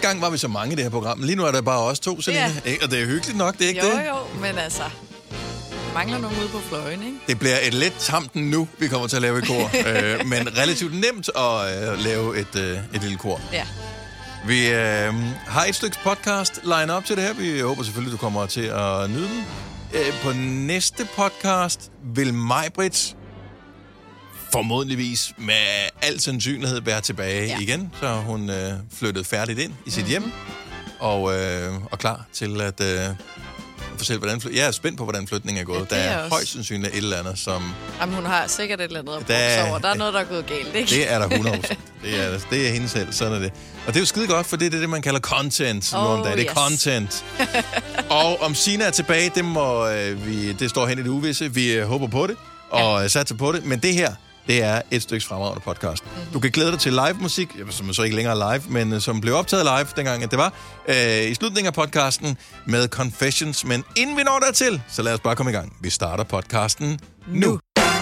Engang var vi så mange i det her program. Lige nu er der bare os to, Selina. Ja. Og det er hyggeligt nok, det er ikke det? Jo, men altså... mangler nogen ude på fløjen, ikke? Det bliver et let tamt nu, vi kommer til at lave et kor. Men relativt nemt at lave et lille kor. Ja. Vi har et stykke podcast line op til det her. Vi håber selvfølgelig, du kommer til at nyde den. På næste podcast vil Maj-Brit formodentligvis med al sandsynlighed være tilbage igen. Så hun flyttede færdigt ind i sit hjem og klar til at fortælle, hvordan jeg er spændt på, hvordan flytningen er gået. Der er højst sandsynligt et eller andet, som... Jamen, hun har sikkert et eller andet at bruge over. Der er noget, der er gået galt, ikke? Det er der 100%. Det er hende selv, sådan er det. Og det er jo skide godt, for det er det, man kalder content nu om dagen. Det er content. Og om Sina er tilbage, det står hen i det uvisse. Vi håber på det, og satser på det. Men det her, det er et stykke fremragende podcast. Du kan glæde dig til live-musik, som så ikke længere er live, men som blev optaget live, dengang at det var, i slutningen af podcasten med Confessions. Men inden vi når dertil, så lad os bare komme i gang. Vi starter podcasten nu.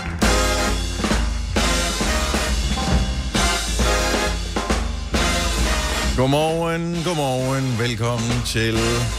Godmorgen. Velkommen til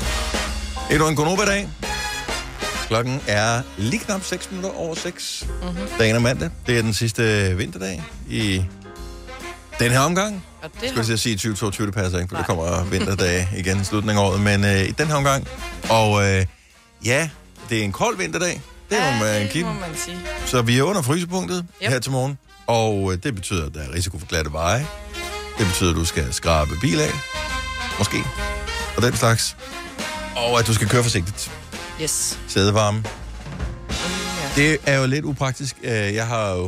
en Gonova-dag. Klokken er lige knap 6 minutter over 6. Dagen er mandag. Det er den sidste vinterdag i den her omgang. Skal jeg sige 2022, det passer ikke, for det kommer vinterdage igen i slutningen af året. Men i den her omgang. Og det er en kold vinterdag. Det må man sige. Så vi er under frysepunktet her til morgen. Og det betyder, at der er risiko for glatte veje. Det betyder, at du skal skrabe bil af. Måske. Og den slags. Og at du skal køre forsigtigt. Yes. Sædevarme. Det er jo lidt upraktisk. Jeg har jo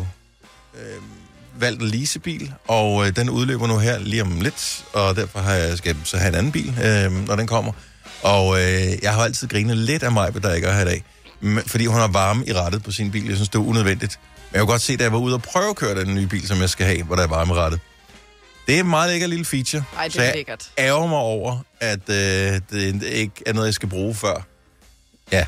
valgt en leasebil, og den udløber nu her lige om lidt, og derfor skal jeg så have en anden bil, når den kommer. Og jeg har altid grinet lidt af mig, der ikke er her i dag, fordi hun har varme i rattet på sin bil. Jeg synes, det er unødvendigt. Men jeg kunne godt se, da jeg var ude og prøve at køre den nye bil, som jeg skal have, hvor der er varme i rattet. Det er en meget lækker lille feature. Ej, det er lækkert. Så jeg ærger mig over, at det ikke er noget, jeg skal bruge før. Ja.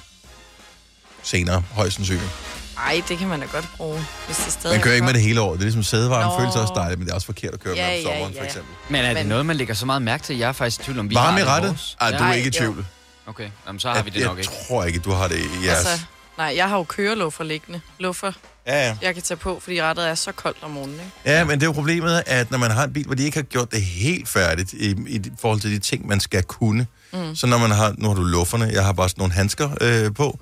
Senere, højst sandsynligt. Ej, det kan man da godt bruge, hvis det stadig man kører ikke med det hele året. Det er ligesom sædevarme føles også dejligt, men det er også forkert at køre med om sommeren, for eksempel. Men er det noget, man lægger så meget mærke til? Jeg er faktisk i tvivl om, vi varme har i rattet? Ej, du er ikke i tvivl. Okay, jamen, så har vi det nok ikke. Jeg tror ikke, du har det i jeres... Altså, nej, jeg har jo køreluffer liggende. Luffer. Ja. Jeg kan tage på, fordi rattet er så koldt om morgenen, ikke? Ja, men det er jo problemet, at når man har en bil, hvor de ikke har gjort det helt færdigt i forhold til de ting, man skal kunne. Så når man har... Nu har du lufferne. Jeg har bare sådan nogle handsker på.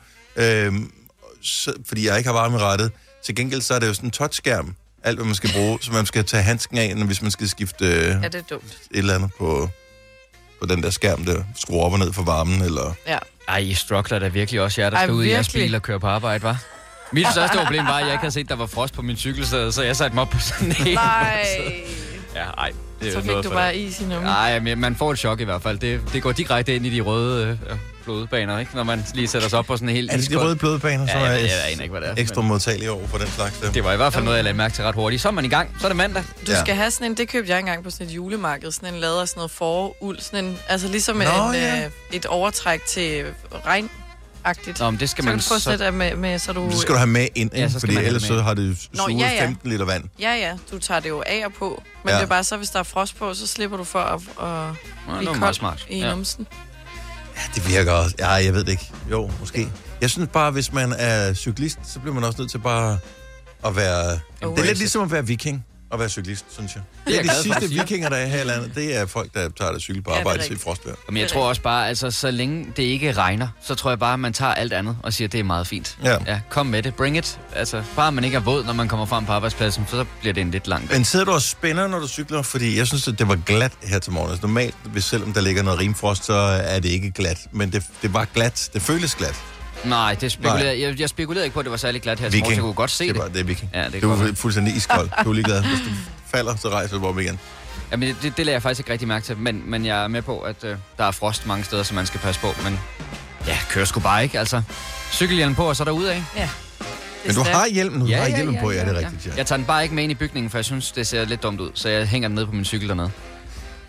Fordi jeg ikke har varme i rattet. Til gengæld så er det jo sådan en touchskærm. Alt, hvad man skal bruge. Så man skal tage handsken af, hvis man skal skifte det er dumt. Et eller andet på den der skærm der. Skrue op og ned for varmen, eller... Ja. Ej, I struggler da virkelig også jer, der skal ud i jeres bil og køre på arbejde, hva'? Mit største problem var, at jeg ikke havde set, der var frost på min cykelstedet, så jeg satte mig op på sådan en. Nej. Ja, ej. Det så fik du bare is i nummen. Nej, men man får et chok i hvert fald. Det går direkte ind i de røde blodbaner, ikke? Når man lige sætter sig op på sådan en helt... Er det de røde blodbaner, som jeg aner ikke, hvad det er. Ekstra modtagelige over for den slags der? Det var i hvert fald noget, jeg lagde mærke til ret hurtigt. Så er man i gang. Så er det mandag. Du skal have sådan en... Det købte jeg engang på sådan et julemarked. Sådan en lader sådan noget foruld. Sådan en... Altså ligesom et overtræk til regn. Nå, men det skal man så... Så med, så du... Det skal du have med ind, ja, fordi ellers så har det suget 15 liter vand. Ja, du tager det jo af og på. Men det er bare så, hvis der er frost på, så slipper du for at blive kold i numsen. Ja, det virker også. Ja, jeg ved det ikke. Jo, måske. Jeg synes bare, hvis man er cyklist, så bliver man også nødt til bare at være... Det er lidt ligesom at være viking og være cyklist, synes jeg. Det er de sidste vikinger, der er her i landet. Det er folk, der tager der cykel på arbejde til frostvejr. Men jeg tror også bare, altså så længe det ikke regner, så tror jeg bare, at man tager alt andet og siger, at det er meget fint. Ja, kom med det. Bring it. Altså, bare man ikke er våd, når man kommer frem på arbejdspladsen, så bliver det en lidt lang. Men sidder du og spænder, når du cykler? Fordi jeg synes, at det var glat her til morgen. Altså, normalt, selvom der ligger noget rimfrost, så er det ikke glat. Men det var glat. Det føles glat. Nej, det spekulerede. Jeg spekulerede ikke på, at det var særlig glat her til morgen, så jeg kunne godt se det. Det er viking. Ja, det du er fuldstændig iskold. Du er ligeglad. Hvis du falder, så rejser du op igen. Jamen, det lader jeg faktisk ikke rigtig mærke til. Men jeg er med på, at der er frost mange steder, som man skal passe på. Men ja, kører sgu bare ikke. Altså, cykelhjelm på, og så derudad, ikke? Ja. Men du har hjelmen, på, ja, det er rigtigt, ja. Jeg tager den bare ikke med ind i bygningen, for jeg synes, det ser lidt dumt ud. Så jeg hænger den ned på min cykel dernede.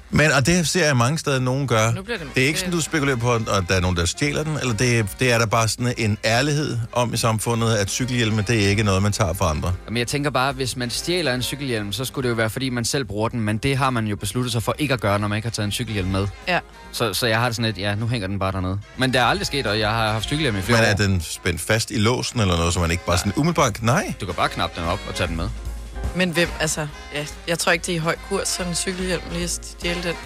Men, og det ser jeg mange steder, nogen gør. Det er ikke sådan, du spekulerer på, at der er nogen, der stjæler den, eller det er der bare sådan en ærlighed om i samfundet, at cykelhjelme, det er ikke noget, man tager fra andre. Men jeg tænker bare, hvis man stjæler en cykelhjelm, så skulle det jo være, fordi man selv bruger den, men det har man jo besluttet sig for ikke at gøre, når man ikke har taget en cykelhjelm med. Ja. Så jeg har det sådan lidt, nu hænger den bare dernede. Men det er aldrig sket, og jeg har haft cykelhjelm i flere år. Men er den spændt fast i låsen, eller noget, så man ikke bare sådan umiddelbart? Nej. Du kan bare knappe den op og tage den med. Men hvem, altså, jeg tror ikke, det er i høj kurs, sådan en cykelhjelm lige at stjæle den.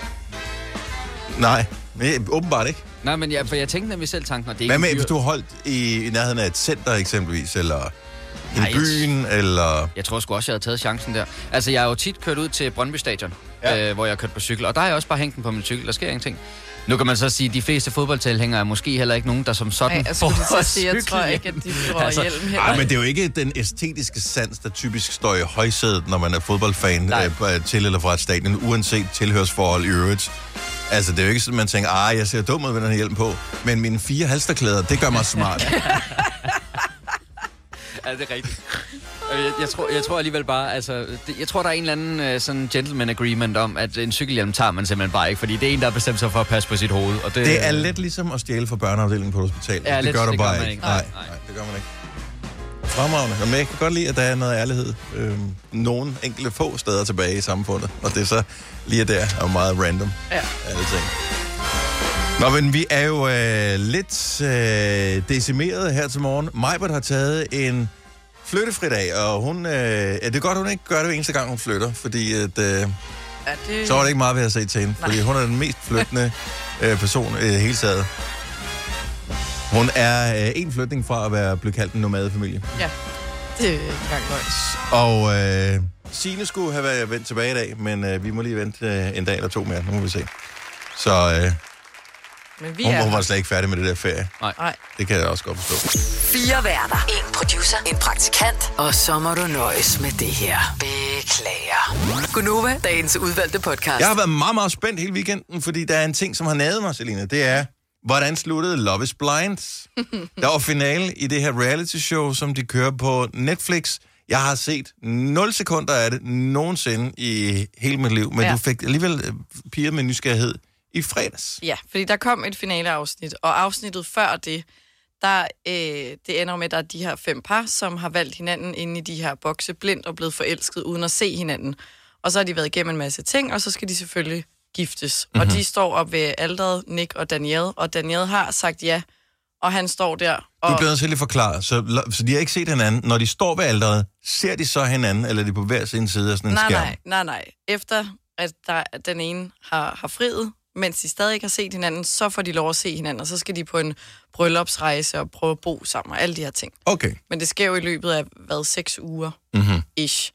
Nej, men åbenbart ikke. Nej, men for jeg tænkte nemlig selv tanken, og det er hvad med, hvis du har holdt i nærheden af et center eksempelvis, eller i byen, eller... Jeg tror sgu også, jeg havde taget chancen der. Altså, jeg har jo tit kørt ud til Brøndby Stadion, hvor jeg har kørt på cykel, og der har jeg også bare hængt den på min cykel, der sker ingenting. Nu kan man så sige, at de fleste fodboldtilhængere er måske heller ikke nogen, der som sådan får cykelhjelm. Jeg tror ikke, at de får hjelm heller. Nej, men det er jo ikke den æstetiske sans, der typisk står i højsædet, når man er fodboldfan til eller fra et stadion, uanset tilhørsforhold i øvrigt. Altså, det er jo ikke sådan, man tænker, jeg ser dum ud med den her hjelm på, men mine 4 halsterklæder, det gør mig smart. Ja, det er rigtigt. Jeg tror alligevel bare, altså, jeg tror, der er en eller anden sådan gentleman agreement om, at en cykelhjelm tager man simpelthen bare ikke, fordi det er en, der har bestemt sig for at passe på sit hoved. Og det er lidt ligesom at stjæle fra børneafdelingen på et hospital. Ja, det gør du bare ikke. Nej, det gør man ikke. Fremragende. Men jeg kan godt lide, at der er noget ærlighed. Nogle enkelte få steder tilbage i samfundet, og det er så lige der er meget random. Ja. Alle ting. Nå, men vi er jo lidt decimeret her til morgen. Majbert har taget en flyttefridag, og hun... det er godt, hun ikke gør det eneste gang, hun flytter, fordi at, så var det ikke meget ved at se til hende, fordi hun er den mest flyttende person i det hele taget. Hun er en flytning fra at blive kaldt en nomadefamilie. Ja, det er ikke engang godt. Og Signe skulle have været vendt tilbage i dag, men vi må lige vente en dag eller 2 mere. Nu må vi se. Så men hun var slet ikke færdig med det der ferie. Nej. Det kan jeg også godt forstå. 4 værter. 1 producer. 1 praktikant. Og så må du nøjes med det her. Beklager. Gunova, dagens udvalgte podcast. Jeg har været meget, meget spændt hele weekenden, fordi der er en ting, som har naget mig, Selina. Det er, hvordan sluttede Love is Blind? Der var finale i det her reality show, som de kører på Netflix. Jeg har set 0 sekunder af det nogensinde i hele mit liv, men du fik alligevel pirret med nysgerrighed i fredags. Ja, fordi der kom et finaleafsnit, og afsnittet før det, det ender med, at der er de her 5 par, som har valgt hinanden inde i de her bokse blindt og blevet forelsket uden at se hinanden. Og så har de været igennem en masse ting, og så skal de selvfølgelig giftes. Mm-hmm. Og de står op ved alteret, Nick og Danielle, og Danielle har sagt ja, og han står der. Og... Du bliver nødt til at forklare, så de har ikke set hinanden. Når de står ved alteret, ser de så hinanden, eller er de på hver sin side af sådan en skærm? Nej. Efter at den ene har friet, mens de stadig ikke har set hinanden, så får de lov at se hinanden, og så skal de på en bryllupsrejse og prøve at bo sammen, og alle de her ting. Okay. Men det sker jo i løbet af, 6 uger, ish.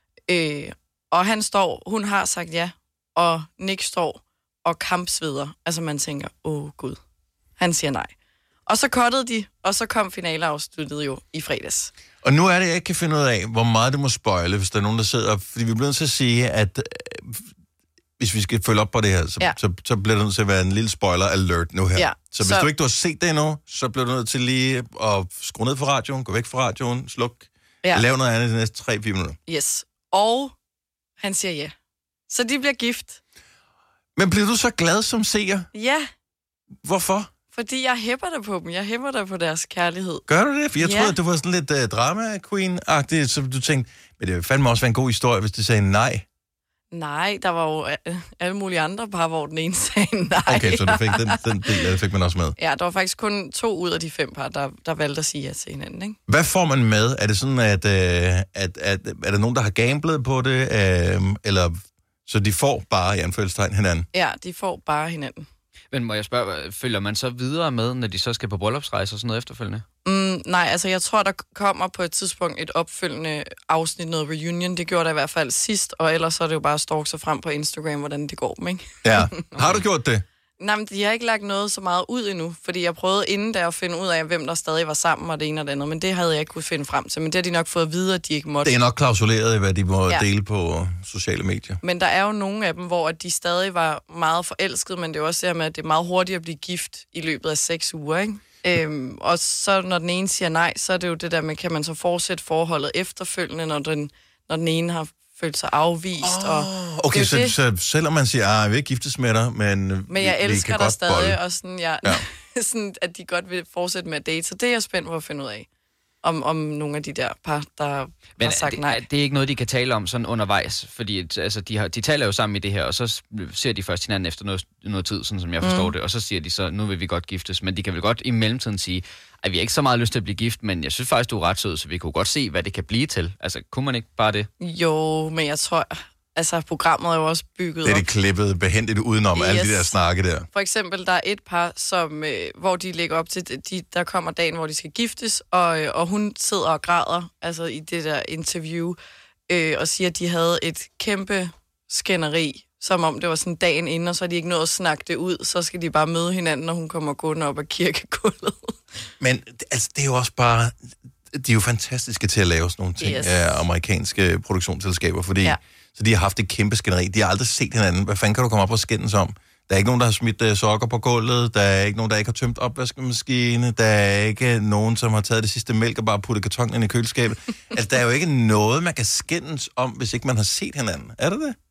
Og han står, hun har sagt ja, og Nick står og kampsveder. Altså man tænker, gud, han siger nej. Og så cuttede de, og så kom finaleafsluttet jo i fredags. Og nu er det, jeg ikke kan finde ud af, hvor meget det må spoile, hvis der er nogen, der sidder... Fordi vi bliver nødt til at sige, at hvis vi skal følge op på det her, så bliver det nødt til at være en lille spoiler alert nu her. Ja. Så hvis du ikke har set det endnu, så bliver du nødt til lige at skrue ned for radioen, gå væk fra radioen, sluk, lave noget andet de næste 3-4 minutter. Yes. Og han siger ja. Så de bliver gift. Men bliver du så glad som seer? Ja. Hvorfor? Fordi jeg hæpper der på dem. Jeg hæpper der på deres kærlighed. Gør du det? For jeg troede, at du var sådan lidt drama-queen-agtig, så du tænkte, men det fandme også være en god historie, hvis de sagde nej. Nej, der var jo alle mulige andre par, hvor den ene sagde nej. Okay, så du fik den del, det fik man også med. Ja, der var faktisk kun 2 ud af de 5 par, der valgte at sige ja til hinanden, ikke? Hvad får man med? Er det sådan, at er der nogen, der har gamblet på det? Eller så de får bare i anførselstegn hinanden? Ja, de får bare hinanden. Men må jeg spørge, følger man så videre med, når de så skal på bryllupsrejse og sådan noget efterfølgende? Nej, altså jeg tror, der kommer på et tidspunkt et opfølgende afsnit, noget reunion. Det gjorde der i hvert fald sidst, og ellers så er det jo bare at stalke sig frem på Instagram, hvordan det går dem, ikke? Ja. Har du gjort det? Nej, men de har ikke lagt noget så meget ud endnu, fordi jeg prøvede inden der at finde ud af, hvem der stadig var sammen og det ene og det andet, men det havde jeg ikke kunne finde frem til. Men det har de nok fået at vide, at de ikke måtte. Det er nok klausuleret i, hvad de må dele på sociale medier. Men der er jo nogle af dem, hvor de stadig var meget forelskede, men det er jo også det med, at det er meget hurtigt at blive gift i løbet af 6 uger, ikke? Og så når den ene siger nej, så er det jo det der med, kan man så fortsætte forholdet efterfølgende, når den ene har følt sig afvist. Okay, så selvom man siger, jeg vil ikke giftes med dig, men jeg elsker dig stadig, bolle. og sådan, sådan, at de godt vil fortsætte med at date. Så det er jeg spændt på at finde ud af. Om nogle af de der par, der har sagt nej. Det er ikke noget, de kan tale om sådan undervejs, fordi altså, de taler jo sammen i det her, og så ser de først hinanden efter noget tid, sådan som jeg forstår det, og så siger de så, nu vil vi godt giftes, men de kan vel godt i mellemtiden sige, at vi har ikke så meget lyst til at blive gift, men jeg synes faktisk, du er ret sød, så vi kunne godt se, hvad det kan blive til. Altså, kunne man ikke bare det? Jo, men jeg tror... Altså, programmet er jo også bygget op. Det er klippet behendigt udenom alle de der snakke der. For eksempel, der er et par, som, hvor de lægger op til, der kommer dagen, hvor de skal giftes, og hun sidder og græder, altså i det der interview, og siger, at de havde et kæmpe skænderi, som om det var sådan dagen inden, og så er de ikke nået at snakke det ud, så skal de bare møde hinanden, når hun kommer gående op ad kirkegulvet. Men altså, det er jo også bare... De er jo fantastiske til at lave sådan nogle ting af amerikanske produktionsselskaber, fordi... Ja. Så de har haft et kæmpe skænderi. De har aldrig set hinanden. Hvad fanden kan du komme op og skændes om? Der er ikke nogen, der har smidt sokker på gulvet. Der er ikke nogen, der ikke har tømt opvaskemaskine. Der er ikke nogen, som har taget det sidste mælk og bare puttet kartongen ind i køleskabet. Altså, der er jo ikke noget, man kan skændes om, hvis ikke man har set hinanden. Er det det?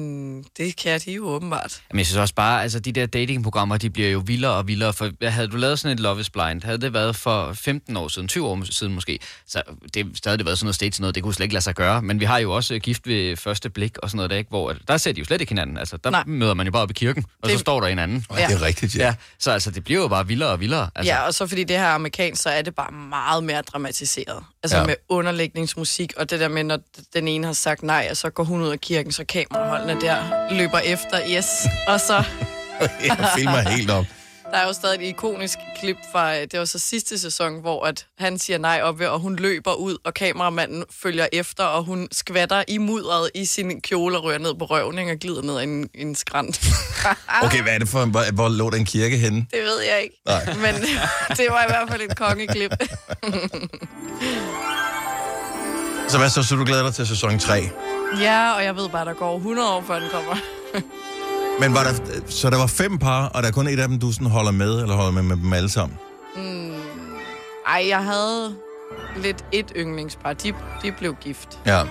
Det kan de jo åbenbart. Men jeg synes også bare, altså de der datingprogrammer, de bliver jo vildere og vildere. For havde du lavet sådan et Love is Blind, havde det været for 15 år siden, 20 år siden måske, så det stadig været sådan noget stage noget, det kunne slet ikke lade sig gøre. Men vi har jo også gift ved første blik og sådan noget der, ikke? Hvor der ser de jo slet ikke hinanden. Altså, der møder man jo bare op i kirken, og så står der en anden. Ja. Det er rigtigt, ja. Så altså, det bliver jo bare vildere og vildere. Altså. Ja, og så fordi det her er amerikansk, så er det bare meget mere dramatiseret. Altså med underlægningsmusik, og det der med, når den ene har sagt nej, og så går hun ud af kirken, så kameraholdene der løber efter, og så... Jeg filmer helt op. Der er jo stadig et ikonisk klip fra, det var så sidste sæson, hvor at han siger nej op ved, og hun løber ud, og kameramanden følger efter, og hun skvatter i mudderet i sin kjole og rører ned på røvning og glider ned ad en skrant. Okay, hvad er det for, hvor lå den kirke henne? Det ved jeg ikke, nej. Men det var i hvert fald et kongeklip. Så hvad så du glæder dig til sæson 3? Ja, og jeg ved bare, der går 100 år, før den kommer. Men så der var 5 par, og der er kun et af dem, du sådan holder med, eller holder med dem alle sammen? Ej, jeg havde lidt et yndlingspar. De blev gift. Ja.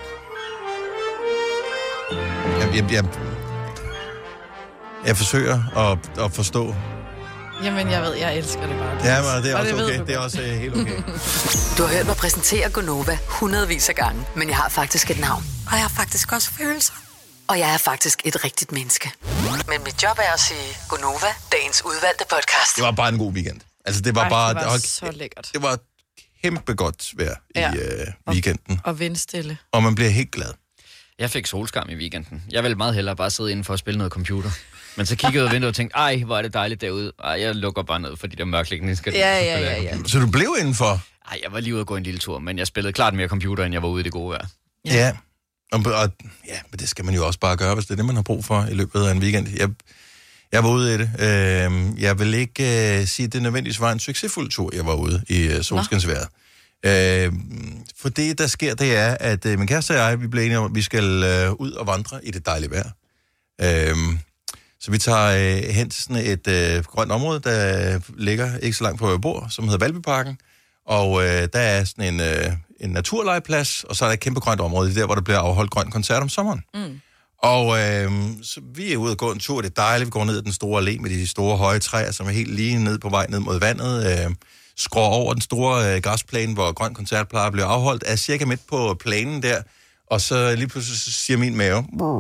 Jeg forsøger at forstå. Jamen, jeg elsker det bare. Ja, men det er også okay. Det er også helt okay. Du har hørt mig præsentere Gonova hundredvis af gange, men jeg har faktisk et navn. Og jeg har faktisk også følelser. Og jeg er faktisk et rigtigt menneske. Men mit job er at sige Gonova, dagens udvalgte podcast. Det var bare en god weekend. Altså, det var bare... Det var så lækkert. Det var kæmpe godt vejr i weekenden. Og vindstille. Og man bliver helt glad. Jeg fik solskærm i weekenden. Jeg ville meget hellere bare sidde indenfor og spille noget computer. Men så kiggede jeg ud af vinduet og tænkte, ej, hvor er det dejligt derude. Ej, jeg lukker bare ned for de der mørklægning. Ja. Så du blev indenfor? Ej, jeg var lige ude at gå en lille tur, men jeg spillede klart mere computer, end jeg var ude i det gode vejr. Ja. Men det skal man jo også bare gøre, hvis det er det, man har brug for i løbet af en weekend. Jeg var ude i det. Jeg vil ikke sige, at det nødvendigvis var en succesfuld tur, jeg var ude i solskinsvejret. For det, der sker, det er, at min kæreste og jeg, vi blev enige om, at vi skal ud og vandre i det dejlige vejr. Så vi tager hen til sådan et grønt område, der ligger ikke så langt fra, hvor jeg bor, som hedder Valbyparken. Og der er sådan en naturlegeplads, og så er der et kæmpe grønt område, der hvor der bliver afholdt grøn koncert om sommeren. Og så vi er ude og gå en tur, det er dejligt, vi går ned ad den store allé med de store høje træer, som er helt lige ned på vej ned mod vandet, skråer over den store græsplæne, hvor grøn koncert plejer at blive afholdt, er cirka midt på plænen der, og så lige pludselig siger min mave...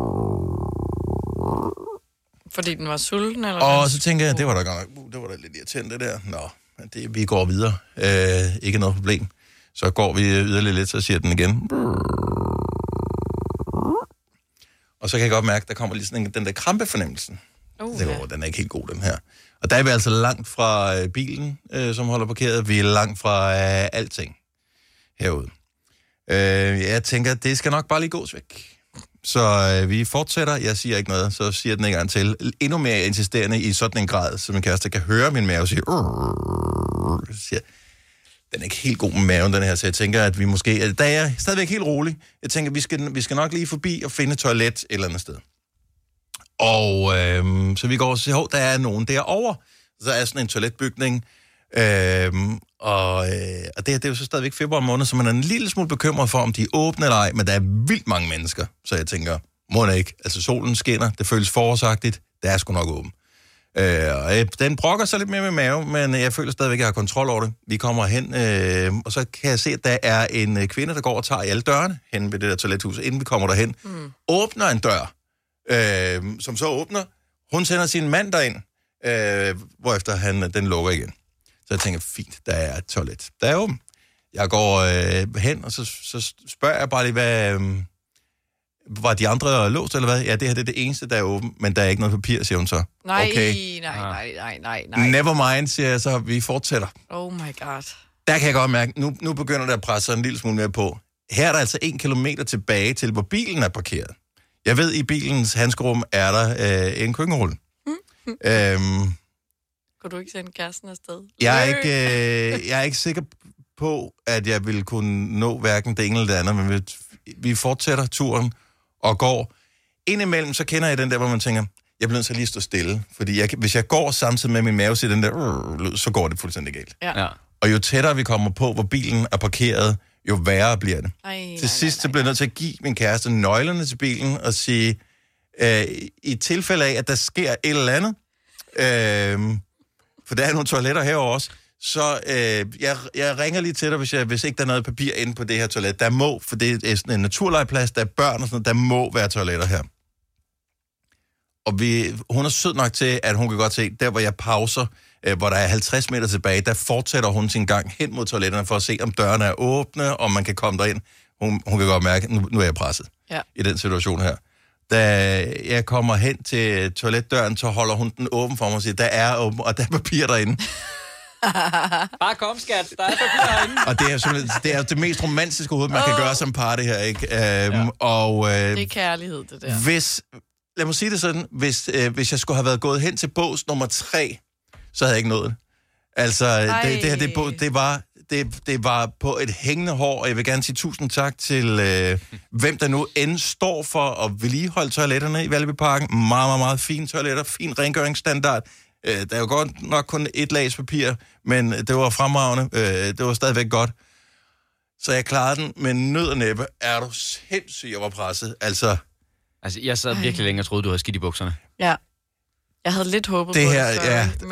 Fordi den var sulten, eller og så tænker jeg, det var da godt nok, det var da lidt irriterende det der. Nå, vi går videre. Ikke noget problem. Så går vi yderligere lidt, så siger den igen. Og så kan jeg godt mærke, der kommer lige sådan den der krampefornemmelsen. Den er ikke helt god, den her. Og der er vi altså langt fra bilen, som holder parkeret. Vi er langt fra alting herude. Jeg tænker, det skal nok bare lige gås væk. Så vi fortsætter. Jeg siger ikke noget, så siger den en gang til. Endnu mere insisterende i sådan en grad, så min kæreste kan høre min mave sige... siger, den er ikke helt god med maven, den her, så jeg tænker, at vi måske... Der er jeg stadigvæk helt rolig. Jeg tænker, vi skal nok lige forbi og finde et toilet et eller andet sted. Og så vi går og siger, der er nogen derovre. Så er sådan en toiletbygning, Og det her, det er jo så stadigvæk februar måned, så man er en lille smule bekymret for, om de er åbne eller ej, men der er vildt mange mennesker, så jeg tænker, må det ikke. Altså solen skinner, det føles forårsagtigt, det er sgu nok åben. Den brokker sig lidt mere med mave, men jeg føler stadigvæk, at jeg har kontrol over det. Vi kommer hen, og så kan jeg se, at der er en kvinde, der går og tager i alle dørene hen ved det der toilethus, inden vi kommer derhen. Åbner en dør, som så åbner. Hun sender sin mand derind, hvorefter den lukker igen. Så jeg tænker, fint, der er et toilet. Der er åben. Jeg går hen, og så spørger jeg bare lige, hvad... var de andre låst, eller hvad? Ja, det her det er det eneste, der er åben, men der er ikke noget papir, siger hun så. Nej, okay. nej. Never mind, siger jeg så. Vi fortsætter. Oh my god. Der kan jeg godt mærke, nu begynder det at presse en lille smule mere på. Her er der altså 1 kilometer tilbage til, hvor bilen er parkeret. Jeg ved, i bilens handskerum er der en køkkenrulle. Kunne du ikke sende kæresten afsted? Jeg er ikke sikker på, at jeg vil kunne nå hverken det ene eller det andet, men vi fortsætter turen og går. Indimellem så kender jeg den der, hvor man tænker, jeg bliver nødt til at lige stå stille, fordi hvis jeg går samtidig med min mave, siger den der, så går det fuldstændig galt. Ja. Og jo tættere vi kommer på, hvor bilen er parkeret, jo værre bliver det. Til sidst så bliver jeg nødt til at give min kæreste nøglerne til bilen og sige, i tilfælde af, at der sker et eller andet, for der er nogle toiletter herovre også, så jeg ringer lige til dig, hvis ikke der er noget papir inde på det her toilet. Der må, for det er sådan en naturlegeplads, der er børn og sådan noget, der må være toiletter her. Og hun er sød nok til, at hun kan godt se, der hvor jeg pauser, hvor der er 50 meter tilbage, der fortsætter hun sin gang hen mod toiletterne for at se, om dørene er åbne, om man kan komme derind. Hun kan godt mærke, nu er jeg presset i den situation her. Da jeg kommer hen til toiletdøren, så holder hun den åben for mig og siger, der er åben, og der er papir derinde. Bare kom, skat. Der er papir herinde. Og det er det mest romantiske hoved, man kan gøre som par, det her, ikke? Det er kærlighed, det der. Lad mig sige det sådan, hvis jeg skulle have været gået hen til bås nummer 3, så havde jeg ikke nået det. Altså, det her, det var på et hængende hår, og jeg vil gerne sige tusind tak til hvem der nu end står for at vedligeholde toiletterne i Valbyparken. Meget, meget, meget fine toiletter, fin rengøringsstandard. Der er jo godt nok kun et lags papir, men det var fremragende. Det var stadigvæk godt. Så jeg klarede den med nød og næppe. Er du sindssygt, jeg var presset. Altså, jeg sad virkelig længe og troede, du havde skidt i bukserne. Ja. Jeg havde lidt håbet det på her, det.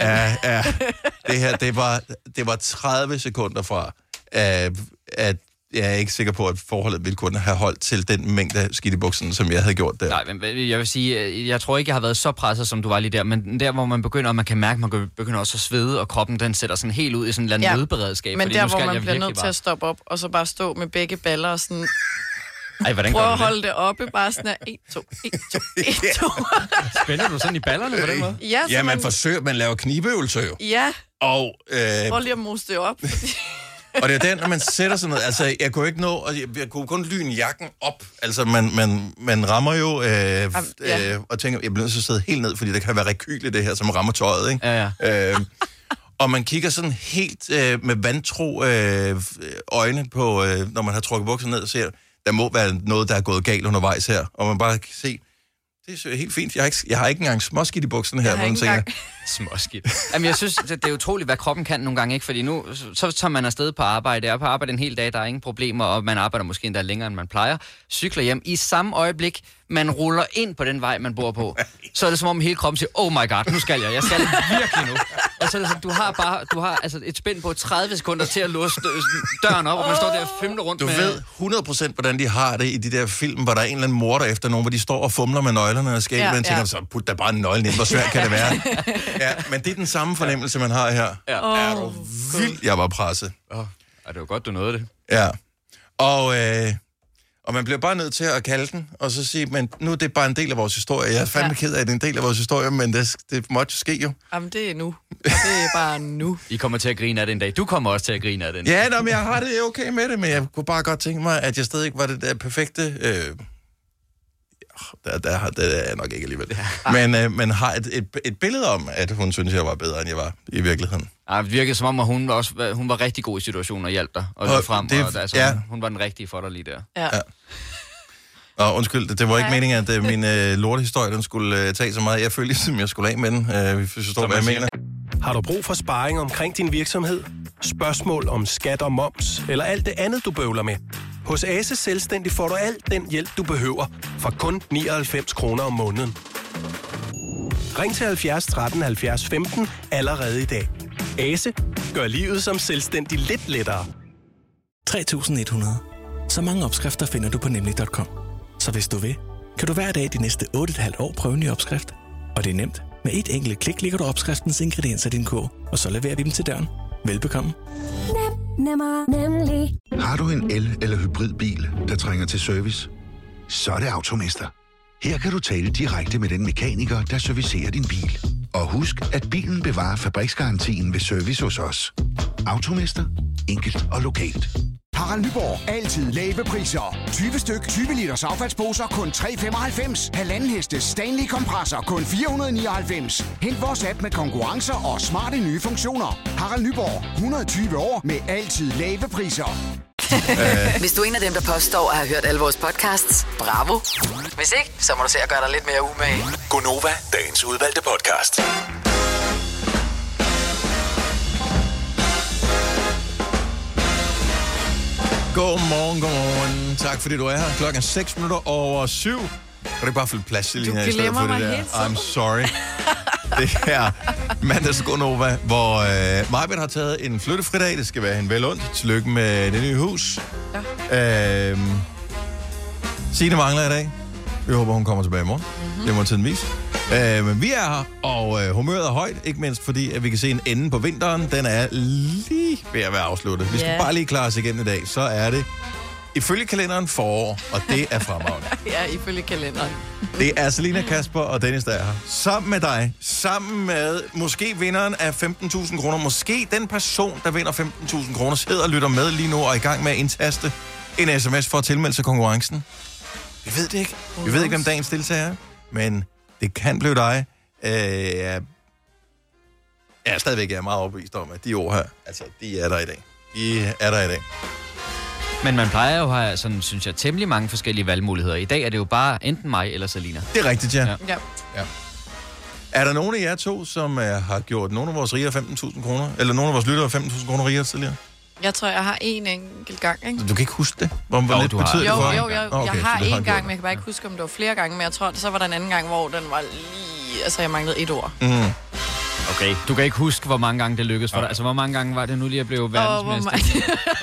Det her, det var 30 sekunder fra, at jeg er ikke sikker på, at forholdet ville kunne have holdt til den mængde skidt i bukserne, som jeg havde gjort der. Nej, men jeg vil sige, jeg tror ikke, jeg har været så presset, som du var lige der, men der, hvor man begynder, og man kan mærke, man begynder også at svede, og kroppen, den sætter sådan helt ud i sådan en eller anden nødberedskab. Men der, hvor man bliver nødt til at stoppe op, og så bare stå med begge baller og sådan... Prøv at holde det oppe, bare sådan her, 1, 2, 1, 2, 1, 2. Spænder du sådan i ballerne på den måde? Ja, man laver knibeøvelser jo. Ja, og, prøv lige at mose det op. Og det er den, når man sætter sådan noget, altså jeg kunne ikke nå, og jeg kunne kun lyne jakken op, altså man rammer jo, og tænker, jeg bliver nødt til at sidde helt ned, fordi der kan være rekyl i det her, som rammer tøjet, ikke? Ja. Og man kigger sådan helt med vantro øjne på, når man har trukket bukserne ned og ser, der må være noget, der er gået galt undervejs her, og man bare kan se, det er helt fint. Jeg har ikke engang småskidt i bukserne her, hvor man tænker... Småskidt. Jamen, jeg synes, det er utroligt, hvad kroppen kan nogle gange, ikke? Fordi nu, så tager man afsted på arbejde, er på arbejde en hel dag, der er ingen problemer, og man arbejder måske endda længere, end man plejer. Cykler hjem. I samme øjeblik, man ruller ind på den vej, man bor på, så er det som om hele kroppen siger, oh my god, nu skal jeg skal virkelig nu. Og så er det sådan, du har altså et spænd på 30 sekunder til at låse døren op, og man står der og fimler rundt med... Du ved 100% hvordan de har det i de der film, hvor der er en eller anden morder efter nogen, hvor de står og fumler med nøglerne og skæld, man tænker, så put der bare en nøgle ind, hvor svært kan det være? Ja, men det er den samme fornemmelse, man har her. Er du vildt, jeg var presset. Det var godt, du nåede det. Ja, og man bliver bare nødt til at kalde den, og så sige, men nu er det bare en del af vores historie. Jeg er fandme ked af, at det er en del af vores historie, men det måtte ske jo. Jamen, det er nu. Det er bare nu. I kommer til at grine af det en dag. Du kommer også til at grine af det en dag. Ja, men jeg har det okay med det, men jeg kunne bare godt tænke mig, at jeg stadig ikke var det der perfekte... Det er jeg nok ikke alligevel. Men har et billede om, at hun synes, jeg var bedre, end jeg var i virkeligheden. Ja, det virkede som om, at hun var rigtig god i situationen og hjalp dig. Og frem, hun var den rigtige for dig lige der. Ja. Og undskyld, det var ikke meningen, at min lortehistorie, den skulle tage så meget. Jeg følte ligesom, jeg skulle af med den, hvis du forstår, hvad jeg mener. Har du brug for sparring omkring din virksomhed? Spørgsmål om skat og moms, eller alt det andet, du bøvler med? Hos Ase Selvstændig får du alt den hjælp, du behøver, for kun 99 kroner om måneden. Ring til 70 13 70 15 allerede i dag. Ase gør livet som selvstændig lidt lettere. 3.100. Så mange opskrifter finder du på nemlig.com. Så hvis du vil, kan du hver dag de næste 8,5 år prøve en ny opskrift. Og det er nemt. Med et enkelt klik ligger du opskriftens ingredienser i din kog, og så leverer vi dem til døren. Velbekomme. Nemmer, nemlig. Har du en el- eller hybridbil, der trænger til service? Så er det Automester. Her kan du tale direkte med den mekaniker, der servicerer din bil. Og husk, at bilen bevarer fabriksgarantien ved service hos os. Automester. Enkelt og lokalt. Harald Nyborg. Altid lave priser. 20 styk, 20 liters affaldsposer kun 3,95. Halvanden heste Stanley kompresser kun 499. Hent vores app med konkurrencer og smarte nye funktioner. Harald Nyborg. 120 år med altid lave priser. Hvis du er en af dem, der påstår at have hørt alle vores podcasts, bravo. Hvis ikke, så må du se at gøre dig lidt mere umage. Gonova, dagens udvalgte podcast. Godmorgen. Tak fordi du er her. Klokken er 6 minutter over 7. Kan du ikke bare fylde plads, Selina, i stedet for det der? I'm sorry. Det er mandags Gonova, hvor Maj-Brit har taget en flyttefridag. Det skal være hende vel ondt. Tillykke med det nye hus. Ja. Signe mangler i dag. Vi håber, hun kommer tilbage i morgen. Det må tiden vise. Men vi er her, og humøret er højt, ikke mindst fordi, at vi kan se en ende på vinteren. Den er lige ved at være afsluttet. Vi skal bare lige klare os igennem i dag. Så er det ifølge kalenderen forår, og det er fremragende. Ja, ifølge kalenderen. Det er Selina, Kasper og Dennis, der er her. Sammen med dig. Sammen med måske vinderen af 15.000 kroner. Måske den person, der vinder 15.000 kroner, sidder og lytter med lige nu og er i gang med at indtaste en sms for at tilmelde sig konkurrencen. Vi ved det ikke. Vi ved ikke, hvem dagens deltager er, men det kan blive dig. Jeg er stadigvæk meget overbevist om, at de ord her, altså, de er der i dag. De er der i dag. Men man plejer jo at have, sådan, synes jeg, temmelig mange forskellige valgmuligheder. I dag er det jo bare enten mig eller Selina. Det er rigtigt, ja. Ja. Er der nogen af jer to, som har gjort nogle af vores rigere 15.000 kroner? Eller nogle af vores lyttere 15.000 kroner rigere tidligere? Jeg tror, jeg har en enkelt gang, ikke? Du kan ikke huske det? Hvor lidt betyder det for? Jo, jeg har en gang, men jeg kan bare ikke huske, om det var flere gange. Men jeg tror, så var der en anden gang, hvor den var lige... Altså, jeg manglede et ord. Okay, du kan ikke huske, hvor mange gange det lykkedes for dig. Altså, hvor mange gange var det nu lige at blive verdensmester?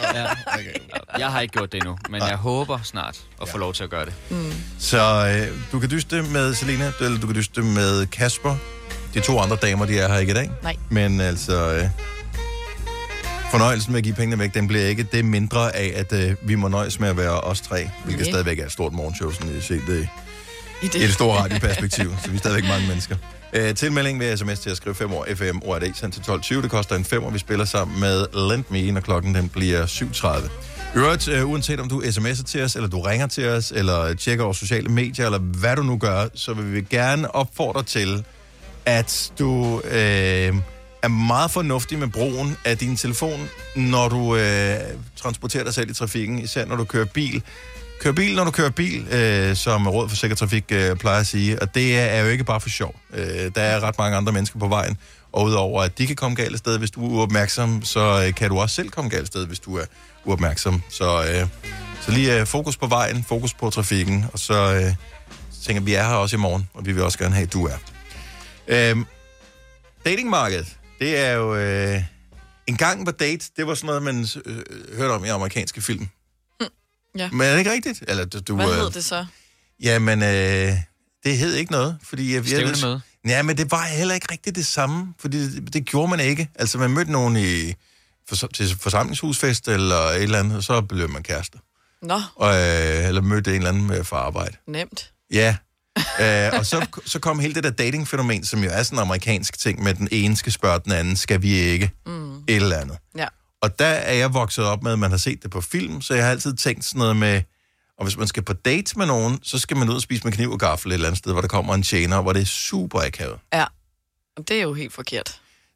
Jeg har ikke gjort det endnu, men jeg håber snart at få lov til at gøre det. Så du kan dyste med Selina, eller du kan dyste med Kasper. De to andre damer, de er her ikke i dag. Nej. Men altså... fornøjelsen med at give pengene væk, den bliver ikke det mindre af, at vi må nøjes med at være os tre, hvilket stadigvæk er et stort morgenshow, sådan I set det i det store radioperspektiv, så vi er stadigvæk mange mennesker. Tilmelding ved sms til at skrive 5 år FM ORD sendt til 12.20. Det koster en 5, og vi spiller sammen med Lend Me, når klokken den bliver 7.30. Øvrigt, uanset om du sms'er til os, eller du ringer til os, eller tjekker vores sociale medier, eller hvad du nu gør, så vil vi gerne opfordre til, at du er meget fornuftig med brugen af din telefon, når du transporterer dig selv i trafikken, især når du kører bil. Kør bil, når du kører bil, som Råd for Sikker Trafik plejer at sige, og det er jo ikke bare for sjov. Der er ret mange andre mennesker på vejen, og udover at de kan komme galt sted, hvis du er uopmærksom, så kan du også selv komme galt sted, hvis du er uopmærksom. Så lige fokus på vejen, fokus på trafikken, og så tænker vi er her også i morgen, og vi vil også gerne have, at du er. Datingmarkedet, det er jo en gang på date, det var sådan noget, man hørte om i amerikanske film. Ja. Men er det ikke rigtigt? Eller, hvad hed det så? Jamen, det hed ikke noget, fordi... Stævnemøde? Ja, men det var heller ikke rigtigt det samme, fordi det gjorde man ikke. Altså, man mødte nogen til forsamlingshusfest eller et eller andet, og så blev man kærester. Nå. Eller mødte en eller anden fra arbejde. Nemt. Ja. Og så kom hele det der datingfænomen, som jo er sådan en amerikansk ting, med den ene skal spørge den anden, skal vi ikke? Et eller andet. Ja. Og der er jeg vokset op med, at man har set det på film, så jeg har altid tænkt sådan noget med, og hvis man skal på date med nogen, så skal man ud og spise med kniv og gaffel et eller andet sted, hvor der kommer en tjener, hvor det er super akavet. Ja, og det er jo helt forkert.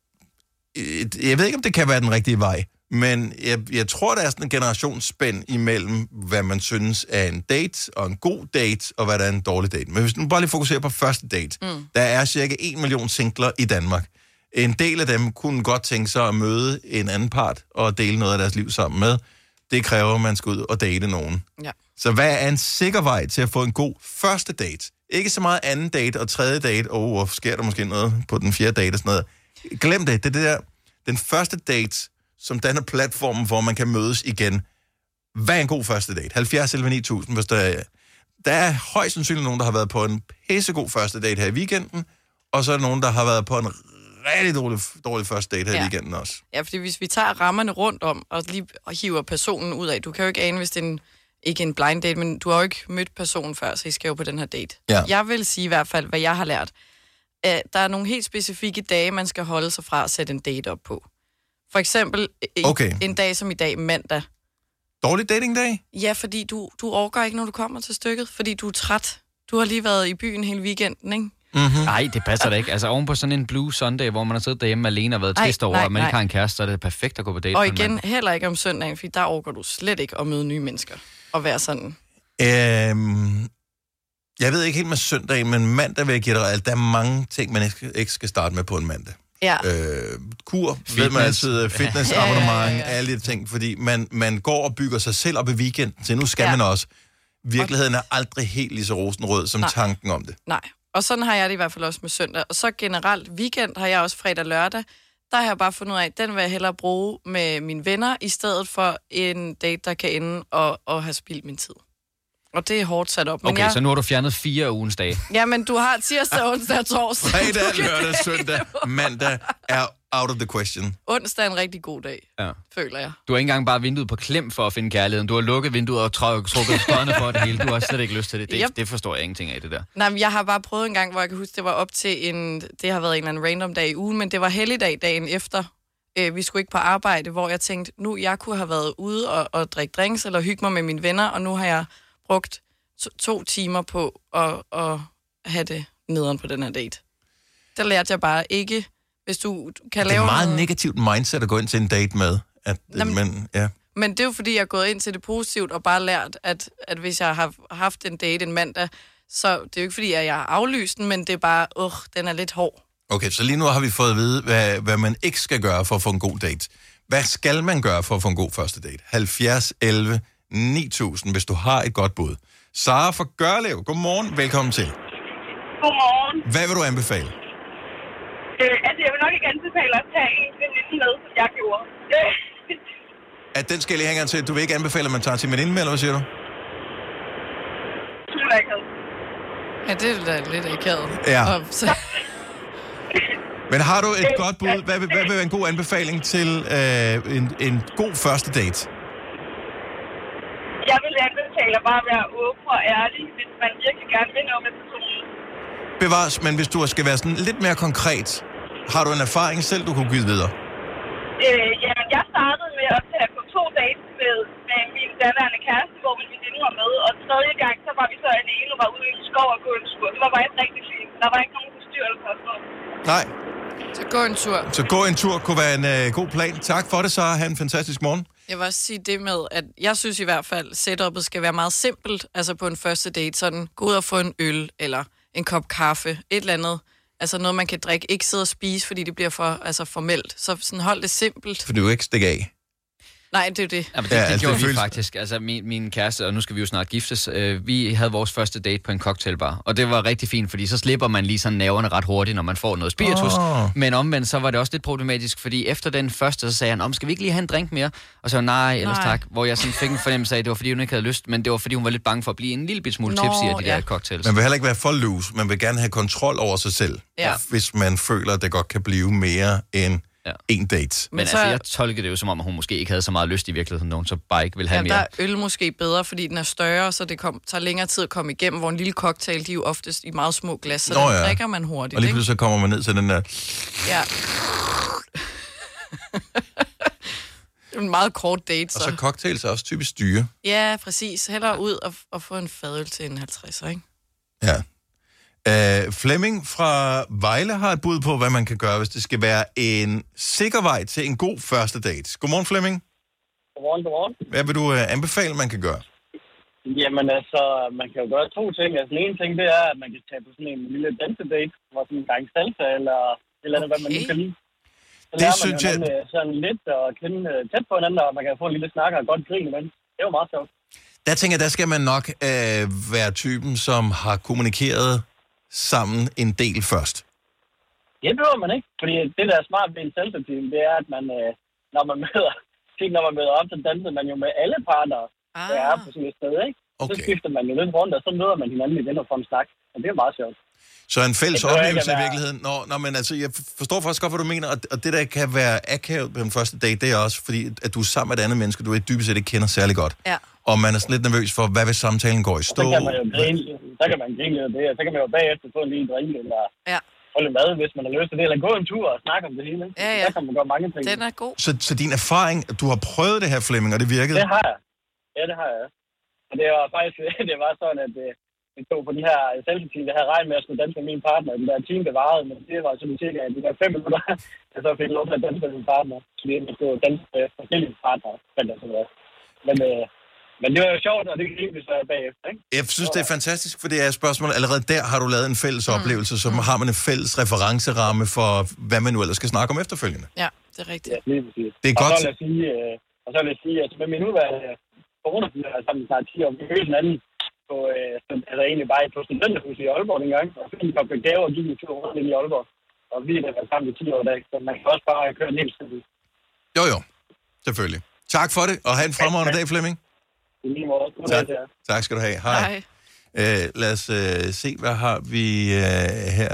Jeg ved ikke, om det kan være den rigtige vej, men jeg tror, der er sådan en generationsspænd imellem, hvad man synes er en date og en god date, og hvad der er en dårlig date. Men hvis du bare lige fokuserer på første date, der er cirka 1 million singler i Danmark. En del af dem kunne godt tænke sig at møde en anden part og dele noget af deres liv sammen med. Det kræver, at man skal ud og date nogen. Ja. Så hvad er en sikker vej til at få en god første date? Ikke så meget anden date og tredje date. Hvor sker der måske noget på den fjerde date og sådan noget. Glem det. Det er det der, den første date, som danner platformen, hvor man kan mødes igen. Hvad er en god første date? 70 11 9000, hvis der er højst sandsynligt nogen, der har været på en pissegod første date her i weekenden, og så er der nogen, der har været på en rigtig dårlig første date her i weekenden også. Ja, fordi hvis vi tager rammerne rundt om, og lige hiver personen ud af, du kan jo ikke ane, hvis det er ikke en blind date, men du har jo ikke mødt personen før, så I skal jo på den her date. Ja. Jeg vil sige i hvert fald, hvad jeg har lært. Der er nogle helt specifikke dage, man skal holde sig fra at sætte en date op på. For eksempel en dag som i dag, mandag. Dårlig datingdag? Ja, fordi du orker ikke, når du kommer til stykket, fordi du er træt. Du har lige været i byen hele weekenden, ikke? Nej, det passer da ikke. Altså oven på sådan en Blue Sunday, hvor man har siddet derhjemme alene og været trist over, at man ikke har en kæreste, så er det perfekt at gå på date. Og igen, heller ikke om søndagen, fordi der orker du slet ikke at møde nye mennesker og være sådan. Jeg ved ikke helt med søndag, men mandag vil jeg give dig alt. Der er mange ting, man ikke skal starte med på en mandag. Ja. Kur, ved man altid, fitnessabonnement, alle de ting, fordi man går og bygger sig selv op i weekenden, så nu skal man også. Virkeligheden er aldrig helt lige så rosenrød som tanken om det. Nej, og sådan har jeg det i hvert fald også med søndag. Og så generelt weekend har jeg også fredag og lørdag. Der har jeg bare fundet ud af, at den vil jeg hellere bruge med mine venner, i stedet for en date, der kan ende og have spildt min tid. Og det er hårdt sat op. Men så nu har du fjernet 4 af ugens dage. Ja, men du har tirsdag, onsdag og torsdag. Fredag, lørdag, søndag, mandag er out of the question. Onsdag er en rigtig god dag, føler jeg. Du har ikke engang bare vinduet på klem for at finde kærligheden. Du har lukket vinduet og trukket skøjerne for det hele. Du har slet ikke lyst til det. Det forstår jeg ingenting af, det der. Nej, men jeg har bare prøvet en gang, hvor jeg kan huske, det var op til det har været en eller anden random dag i ugen, men det var helligdag dagen efter. Vi skulle ikke på arbejde, hvor jeg tænkte, nu jeg kunne have været ude og drikke drinks eller hygge mig med mine venner, og nu har jeg brugt 2 timer på at have det nederen på den her date. Der lærte jeg bare ikke, hvis du kan lave Det er meget noget negativt mindset at gå ind til en date med. Men det er jo fordi, jeg er gået ind til det positivt og bare lært, at hvis jeg har haft en date en mandag, så det er jo ikke fordi, at jeg har aflyst den, men det er bare, den er lidt hård. Okay, så lige nu har vi fået at vide, hvad man ikke skal gøre for at få en god date. Hvad skal man gøre for at få en god første date? 70 11 9000, hvis du har et godt bud. Sara fra Gørlev, godmorgen, velkommen til. Godmorgen. Hvad vil du anbefale? Jeg vil nok ikke anbefale at tage en veninde med, som jeg gjorde. At den skal jeg lige hænge til. Du vil ikke anbefale, at man tager til veninde med, eller hvad siger du? Ja, det er da lidt akavet. Ja. Men har du et godt bud? Hvad vil være en god anbefaling til en god første date? Jeg vil anbefale at bare være åben og ærlig, hvis man virkelig gerne vil noget med personen. Bevares, men hvis du skal være sådan lidt mere konkret, har du en erfaring selv, du kunne give videre? Jamen, jeg startede med at tage på 2 dates med min daværende kæreste, hvor min veninde var med, og tredje gang, så var vi så alene og var ude i en skov og gå en tur. Det var bare ikke rigtig fint. Der var ikke nogen forstyrrelse og sådan noget. Nej. Så gå en tur. Så gå en tur kunne være en god plan. Tak for det, så ha' en fantastisk morgen. Jeg vil også sige det med, at jeg synes i hvert fald, setup'et skal være meget simpelt, altså på en første date, sådan gå ud og få en øl, eller en kop kaffe, et eller andet. Altså noget, man kan drikke, ikke sidde og spise, fordi det bliver for formelt. Så sådan hold det simpelt. For du vil ikke stikke af. Nej, det er det. Ja, men det gjorde vi faktisk. Altså min kæreste, og nu skal vi jo snart giftes, vi havde vores første date på en cocktailbar. Og det var rigtig fint, fordi så slipper man lige sådan nerverne ret hurtigt, når man får noget spiritus. Men omvendt, så var det også lidt problematisk, fordi efter den første, så sagde han, skal vi ikke lige have en drink mere? Og så nej, ellers tak. Hvor jeg sådan fik en fornemmelse af, at det var fordi hun ikke havde lyst, men det var fordi hun var lidt bange for at blive en lille bit smule tipsy af de der cocktails. Man vil heller ikke være for loose. Man vil gerne have kontrol over sig selv, hvis man føler, at det godt kan blive mere end en date. Men altså, jeg tolkede det jo som om, at hun måske ikke havde så meget lyst i virkeligheden, når hun så bare ikke vil have mere. Der er øl måske bedre, fordi den er større, så det tager længere tid at komme igennem, hvor en lille cocktail, de er jo oftest i meget små glas, så den drikker man hurtigt. Og lige pludselig så kommer man ned til den der... Ja. Det er en meget kort date, så. Og så cocktails er også typisk dyre. Ja, præcis. Hellere ud og få en fadøl til en 50'er, ikke? Ja. Flemming fra Vejle har et bud på, hvad man kan gøre, hvis det skal være en sikker vej til en god første date. Godmorgen, Flemming. Godmorgen. Hvad vil du anbefale, man kan gøre? Jamen altså, man kan jo gøre 2 ting. Altså, den ene ting, det er, at man kan tage på sådan en lille dansedate, hvor sådan en gang salsa, eller andet, hvad man nu kan lide. Så lærer man jo sådan lidt og kende tæt på hinanden, og man kan få en lille snak og et godt grin imens. Det er jo meget sjovt. Der tænker jeg, der skal man nok være typen, som har kommunikeret sammen en del først. Det behøver man ikke, fordi det, der er smart ved en selfie-team, det er, at man, når man møder op, så danser man jo med alle partnere, der er på sådan et sted, ikke? Okay. Så skifter man jo lidt rundt, og så møder man hinanden igen og får en snak, og det er meget sjovt. Så en fælles oplevelse i virkeligheden. Nå, men altså, jeg forstår faktisk godt, hvad du mener, og det, der kan være akavet på den første date, det er også, fordi at du er sammen med et andet menneske, du dybest set ikke kender særlig godt. Ja. Og man er sådan lidt nervøs for, hvad hvis samtalen går i stå? Så kan man jo grine lidt af det, og så kan man jo bagefter få en lille drink, eller få lidt mad, hvis man har lyst til det, eller gå en tur og snakke om det hele. Ja. Der kan man gøre mange ting. Den er god. Så din erfaring, du har prøvet det her, Flemming, og det virkede? Det har jeg. Ja, det har jeg. Og det var faktisk, det var sådan, at vi tog på de her selfie-team, jeg havde regnet med at skulle danse med min partner, den der team, det varede, men det var sådan cirka, at de der 5 minutter, jeg så fik lov til at danse med min partner, fordi jeg skulle danse med forskellige partnere, men det var jo sjovt, og det kan vi så bagefter, ikke? Jeg synes, det er fantastisk, for det er et spørgsmål. Allerede der har du lavet en fælles oplevelse, så har man en fælles referenceramme for, hvad man nu ellers skal snakke om efterfølgende. Ja, det er rigtigt. Ja, lige præcis. Det er godt. Og så vil jeg sige, at med min nuværende corona-familie, altså sammen snart 10 år, vi mødte hinanden på, altså egentlig bare på studenterhuset i Aalborg dengang, og fik en kop gave og gik en tur rundt ind i Aalborg. Og vi er der sammen i 10 år i dag, så man kan også bare køre en hel sted. Jo, selvfølgelig. Tak for det, og have en fremragende dag, Flemming. I lige måde. Tak skal du have. Hej. Lad os se, hvad har vi her.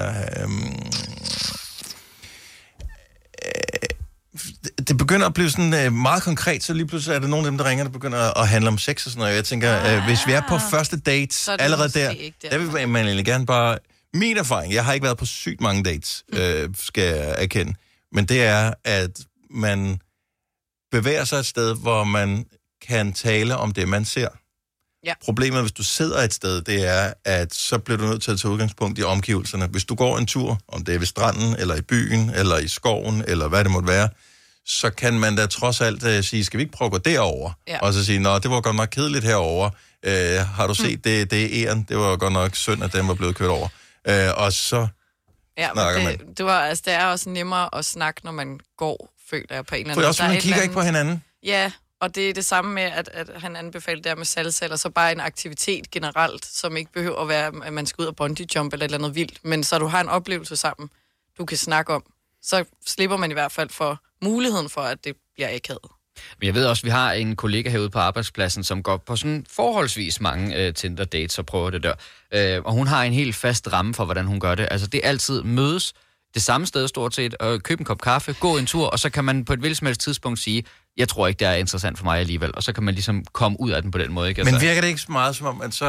Det begynder at blive sådan meget konkret, så lige pludselig er der nogle af dem, der ringer, der begynder at handle om sex og sådan noget. Jeg tænker, hvis vi er på første date allerede der vil man egentlig gerne bare... Min erfaring, jeg har ikke været på sygt mange dates, skal jeg erkende, men det er, at man bevæger sig et sted, hvor man kan tale om det, man ser. Ja. Problemet, hvis du sidder et sted, det er, at så bliver du nødt til at tage udgangspunkt i omgivelserne. Hvis du går en tur, om det er ved stranden, eller i byen, eller i skoven, eller hvad det måtte være, så kan man da trods alt sige, skal vi ikke prøve at gå derover? Ja. Og så sige, nå, det var godt nok kedeligt herovre. Har du set det er æren? Det var godt nok synd, at den var blevet kørt over. Og så snakker man. Det er også nemmere at snakke, når man går, føler jeg på en eller anden. For også, man kigger ikke på hinanden. Ja, og det er det samme med, at han anbefaler der med salsa, eller så bare en aktivitet generelt, som ikke behøver at være, at man skal ud og bungee jump eller et eller andet vildt, men så du har en oplevelse sammen, du kan snakke om, så slipper man i hvert fald for muligheden for, at det bliver akavet. Men jeg ved også, at vi har en kollega herude på arbejdspladsen, som går på sådan forholdsvis mange Tinder-dates og prøver det der. Og hun har en helt fast ramme for, hvordan hun gør det. Altså, det er altid mødes det samme sted stort set, og købe en kop kaffe, gå en tur, og så kan man på et hvilket som helst tidspunkt sige, jeg tror ikke, det er interessant for mig alligevel. Og så kan man ligesom komme ud af den på den måde. Ikke? Altså, men virker det ikke så meget som om, at så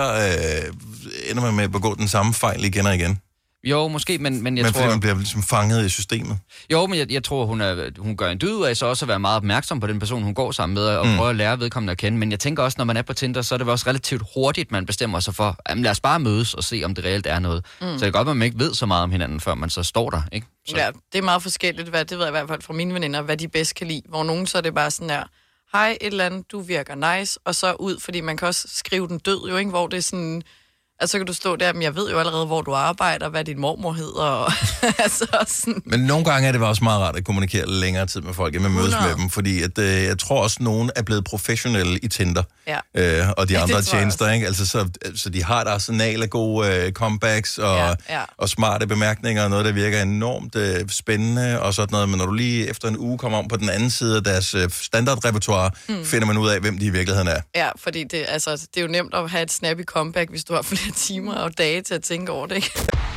ender man med at begå den samme fejl igen og igen? Jo, måske, men jeg tror... fordi man bliver ligesom fanget i systemet? Jo, men jeg tror, hun gør en dyd ud af så også at være meget opmærksom på den person, hun går sammen med, og prøve at lære vedkommende at kende. Men jeg tænker også, når man er på Tinder, så er det også relativt hurtigt, man bestemmer sig for, jamen lad os bare mødes og se, om det reelt er noget. Så det kan godt være, at man ikke ved så meget om hinanden, før man så står der, ikke? Så. Ja, det er meget forskelligt, det ved jeg i hvert fald fra mine veninder, hvad de bedst kan lide. Hvor nogen så er det bare sådan der, hej, et eller andet, du virker nice, og så ud, fordi man kan også skrive den død jo, ikke? Hvor det er sådan... Altså, så kan du stå der, men jeg ved jo allerede, hvor du arbejder, hvad din mormor hedder. Og altså, sådan. Men nogle gange er det også meget rart at kommunikere længere tid med folk, end man mødes med dem, fordi at, jeg tror også, at nogen er blevet professionelle i Tinder, og de andre tjenester, ikke? Altså, så de har et arsenal af gode comebacks og smarte bemærkninger, og noget, der virker enormt spændende og sådan noget, men når du lige efter en uge kommer om på den anden side af deres standardrepertoire, finder man ud af, hvem de i virkeligheden er. Ja, fordi det er jo nemt at have et snappy comeback, hvis du har flere timer og dage til at tænke over det, ikke?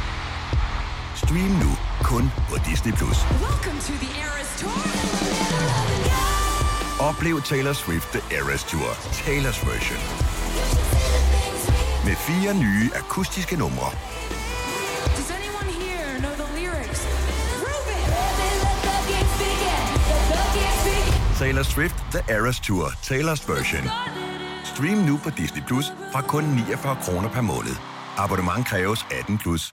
Stream nu kun på Disney+. Oplev Taylor Swift The Eras Tour, Taylor's version. Med 4 nye akustiske numre. Taylor Swift The Eras Tour, Taylor's version. Stream nu på Disney Plus fra kun 49 kroner per måned. Abonnement kræves 18 plus.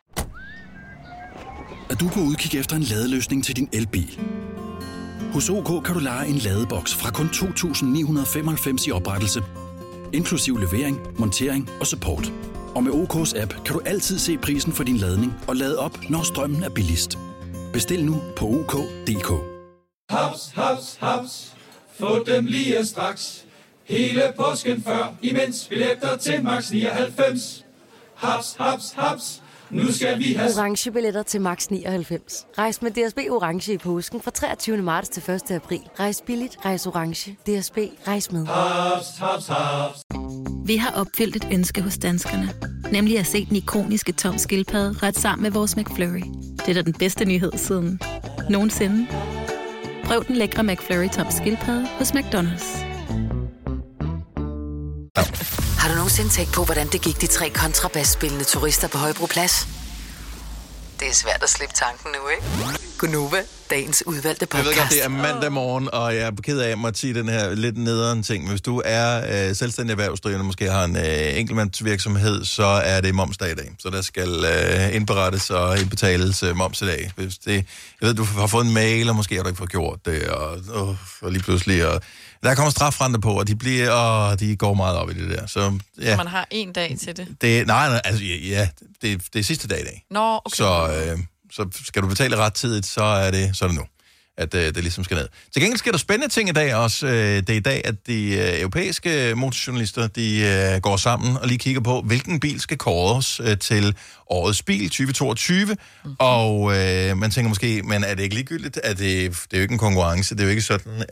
Er du på udkig efter en ladeløsning til din elbil? Hos OK kan du leje en ladeboks fra kun 2.995 i oprettelse, inklusiv levering, montering og support. Og med OK's app kan du altid se prisen for din ladning og lade op, når strømmen er billigst. Bestil nu på OK.dk. Haps, haps, haps. Få dem lige straks. Hele påsken før, imens billetter til max 99. Haps, haps, haps. Nu skal vi have Orange billetter til max 99. Rejs med DSB Orange i påsken fra 23. marts til 1. april. Rejs billigt, rejs orange. DSB, rejs med. haps, haps, haps. Vi har opfyldt et ønske hos danskerne. Nemlig at se den ikoniske Tom Skildpadde ret sammen med vores McFlurry. Det er da den bedste nyhed siden nogensinde. Prøv den lækre McFlurry Tom Skildpadde hos McDonald's. Har du nogensinde tænkt på, hvordan det gik de 3 kontrabasspillende turister på Højbroplads? Det er svært at slippe tanken nu, ikke? Gunova, dagens udvalgte podcast. Jeg ved godt, det er mandag morgen, og jeg er ked af at sige den her lidt nederen ting. Hvis du er selvstændig erhvervsdrivende, måske har en enkeltmandsvirksomhed, så er det momsdag i dag. Så der skal indberettes og indbetales moms i dag. Hvis det, jeg ved, du har fået en mail, og måske har du ikke fået gjort det, og lige pludselig... Og der kommer strafrente på, og de går meget op i det der. Så man har 1 dag til det? Nej, altså ja, det er sidste dag i dag. Nå, okay. Så skal du betale rettidigt, så er det nu, at det ligesom skal ned. Til gengæld sker der spændende ting i dag også. Det er i dag, at de europæiske motorjournalister, de går sammen og lige kigger på, hvilken bil skal kåres til årets bil 2022. Mm-hmm. Og man tænker måske, men er det ikke ligegyldigt? Det er jo ikke en konkurrence. Det er jo ikke sådan,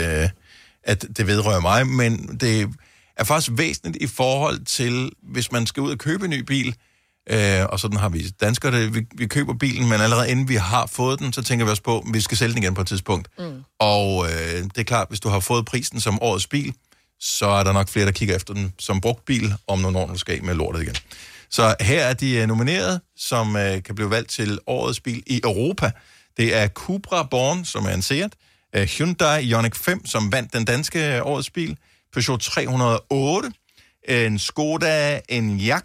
at det vedrører mig, men det er faktisk væsentligt i forhold til, hvis man skal ud og købe en ny bil, og sådan har vi danskere, vi køber bilen, men allerede inden vi har fået den, så tænker vi også på, at vi skal sælge den igen på et tidspunkt. Mm. Og det er klart, hvis du har fået prisen som årets bil, så er der nok flere, der kigger efter den som brugt bil, om nogle år, du skal af med lortet igen. Så her er de nomineret, som kan blive valgt til årets bil i Europa. Det er Cupra Born, som er en Seat, Hyundai Ioniq 5, som vandt den danske årets bil, Peugeot 308, en Skoda Enyaq,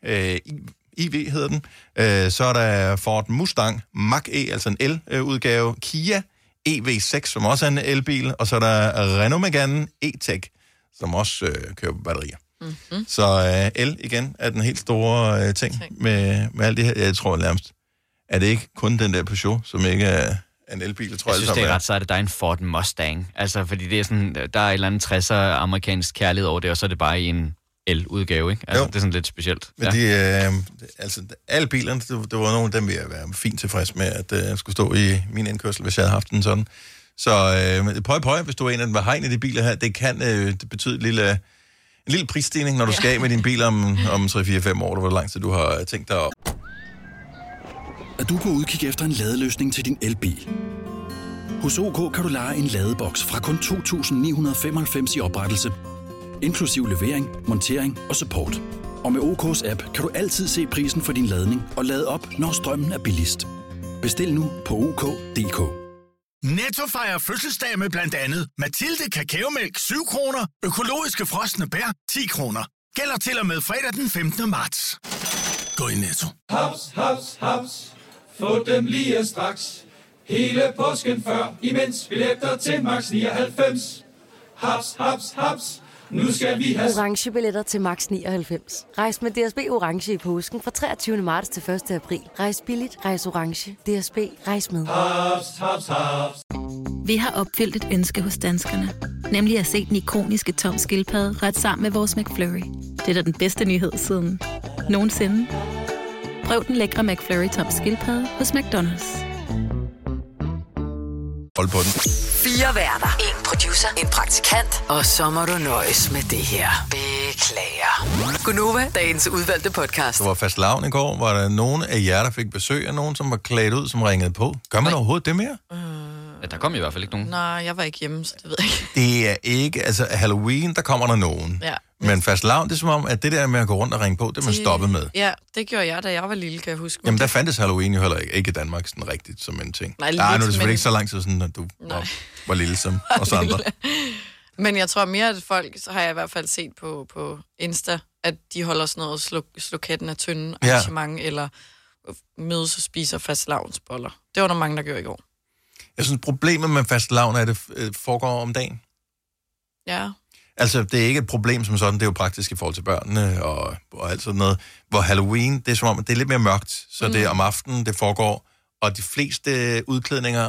IV hedder den, så er der Ford Mustang Mach-E, altså en el-udgave, Kia EV6, som også er en elbil, og så er der Renault Megane E-Tech, som også kører på batterier. Mm-hmm. Så el igen er den helt store ting med alt det her. Jeg tror nærmest, er det ikke kun den der Peugeot, som ikke er en elbil, tror jeg. Jeg synes, det er ret sejt, at der er en Ford Mustang. Altså, fordi det er sådan, der er et eller andet 60'er amerikansk kærlighed over det, og så er det bare i en el-udgave, ikke? Altså, det er sådan lidt specielt. Men altså, alle bilerne, det var nogle af dem, vi være fint tilfreds med, at skulle stå i min indkørsel, hvis jeg havde haft den sådan. Så prøv, hvis du er en af dem, der har en af de biler her, det kan det betyde en lille prisstigning, når du skal af med din bil om 3-4-5 år, hvor lang tid du har tænkt dig op. Er du på udkig efter en ladeløsning til din elbil? Hos OK kan du leje en ladeboks fra kun 2.995 i oprettelse, inklusiv levering, montering og support. Og med OK's app kan du altid se prisen for din ladning og lade op, når strømmen er billigst. Bestil nu på OK.dk. Netto fejrer fødselsdag med blandt andet Mathilde Kakaomælk 7 kroner, økologiske frosne bær 10 kroner. Gælder til og med fredag den 15. marts. Gå i Netto. Haps, haps, haps. Få dem lige straks. Hele påsken før, imens billetter til max 99. Haps, haps, haps. Nu skal vi have Orange billetter til max 99. Rejs med DSB Orange i påsken fra 23. marts til 1. april. Rejs billigt, rejs orange. DSB, rejs med. haps, haps, haps. Vi har opfyldt et ønske hos danskerne. Nemlig at se den ikoniske Tom Skildpadde ret sammen med vores McFlurry. Det er da den bedste nyhed siden nogensinde. Prøv den lækre McFlurry Tom Skildpadde hos McDonald's. Hold på den. 4 værter, 1 producer, en praktikant, og så må du nøjes med det her. Beklager. Gunova, dagens udvalgte podcast. Det var fastelavn i går. Var der nogen af jer, der fik besøg af nogen, som var klædt ud, som ringede på? Gør man overhovedet det mere? Ja, der kom i hvert fald ikke nogen. Nej, jeg var ikke hjemme, så det ved jeg ikke. Det er ikke... Altså, Halloween, der kommer der nogen. Ja. Men fastelavn, det er som om, at det der med at gå rundt og ringe på, det er man stoppet med. Ja, det gjorde jeg, da jeg var lille, kan jeg huske. Jamen, der fandtes Halloween jo heller ikke i Danmark sådan rigtigt som en ting. Nej, nu er det selvfølgelig ikke så lang tid siden, at du var lille som os andre. Men jeg tror mere, at folk, så har jeg i hvert fald set på Insta, at de holder sådan noget slå katten af tynden arrangement, eller mødes og spiser fastelavnsboller. Det var der mange, der gjorde i går. Jeg synes, problemet med fastelavn er, at det foregår om dagen. Ja. Altså, det er ikke et problem som sådan, det er jo praktisk i forhold til børnene og alt sådan noget. Hvor Halloween, det er som om, det er lidt mere mørkt, så det er om aftenen, det foregår. Og de fleste udklædninger,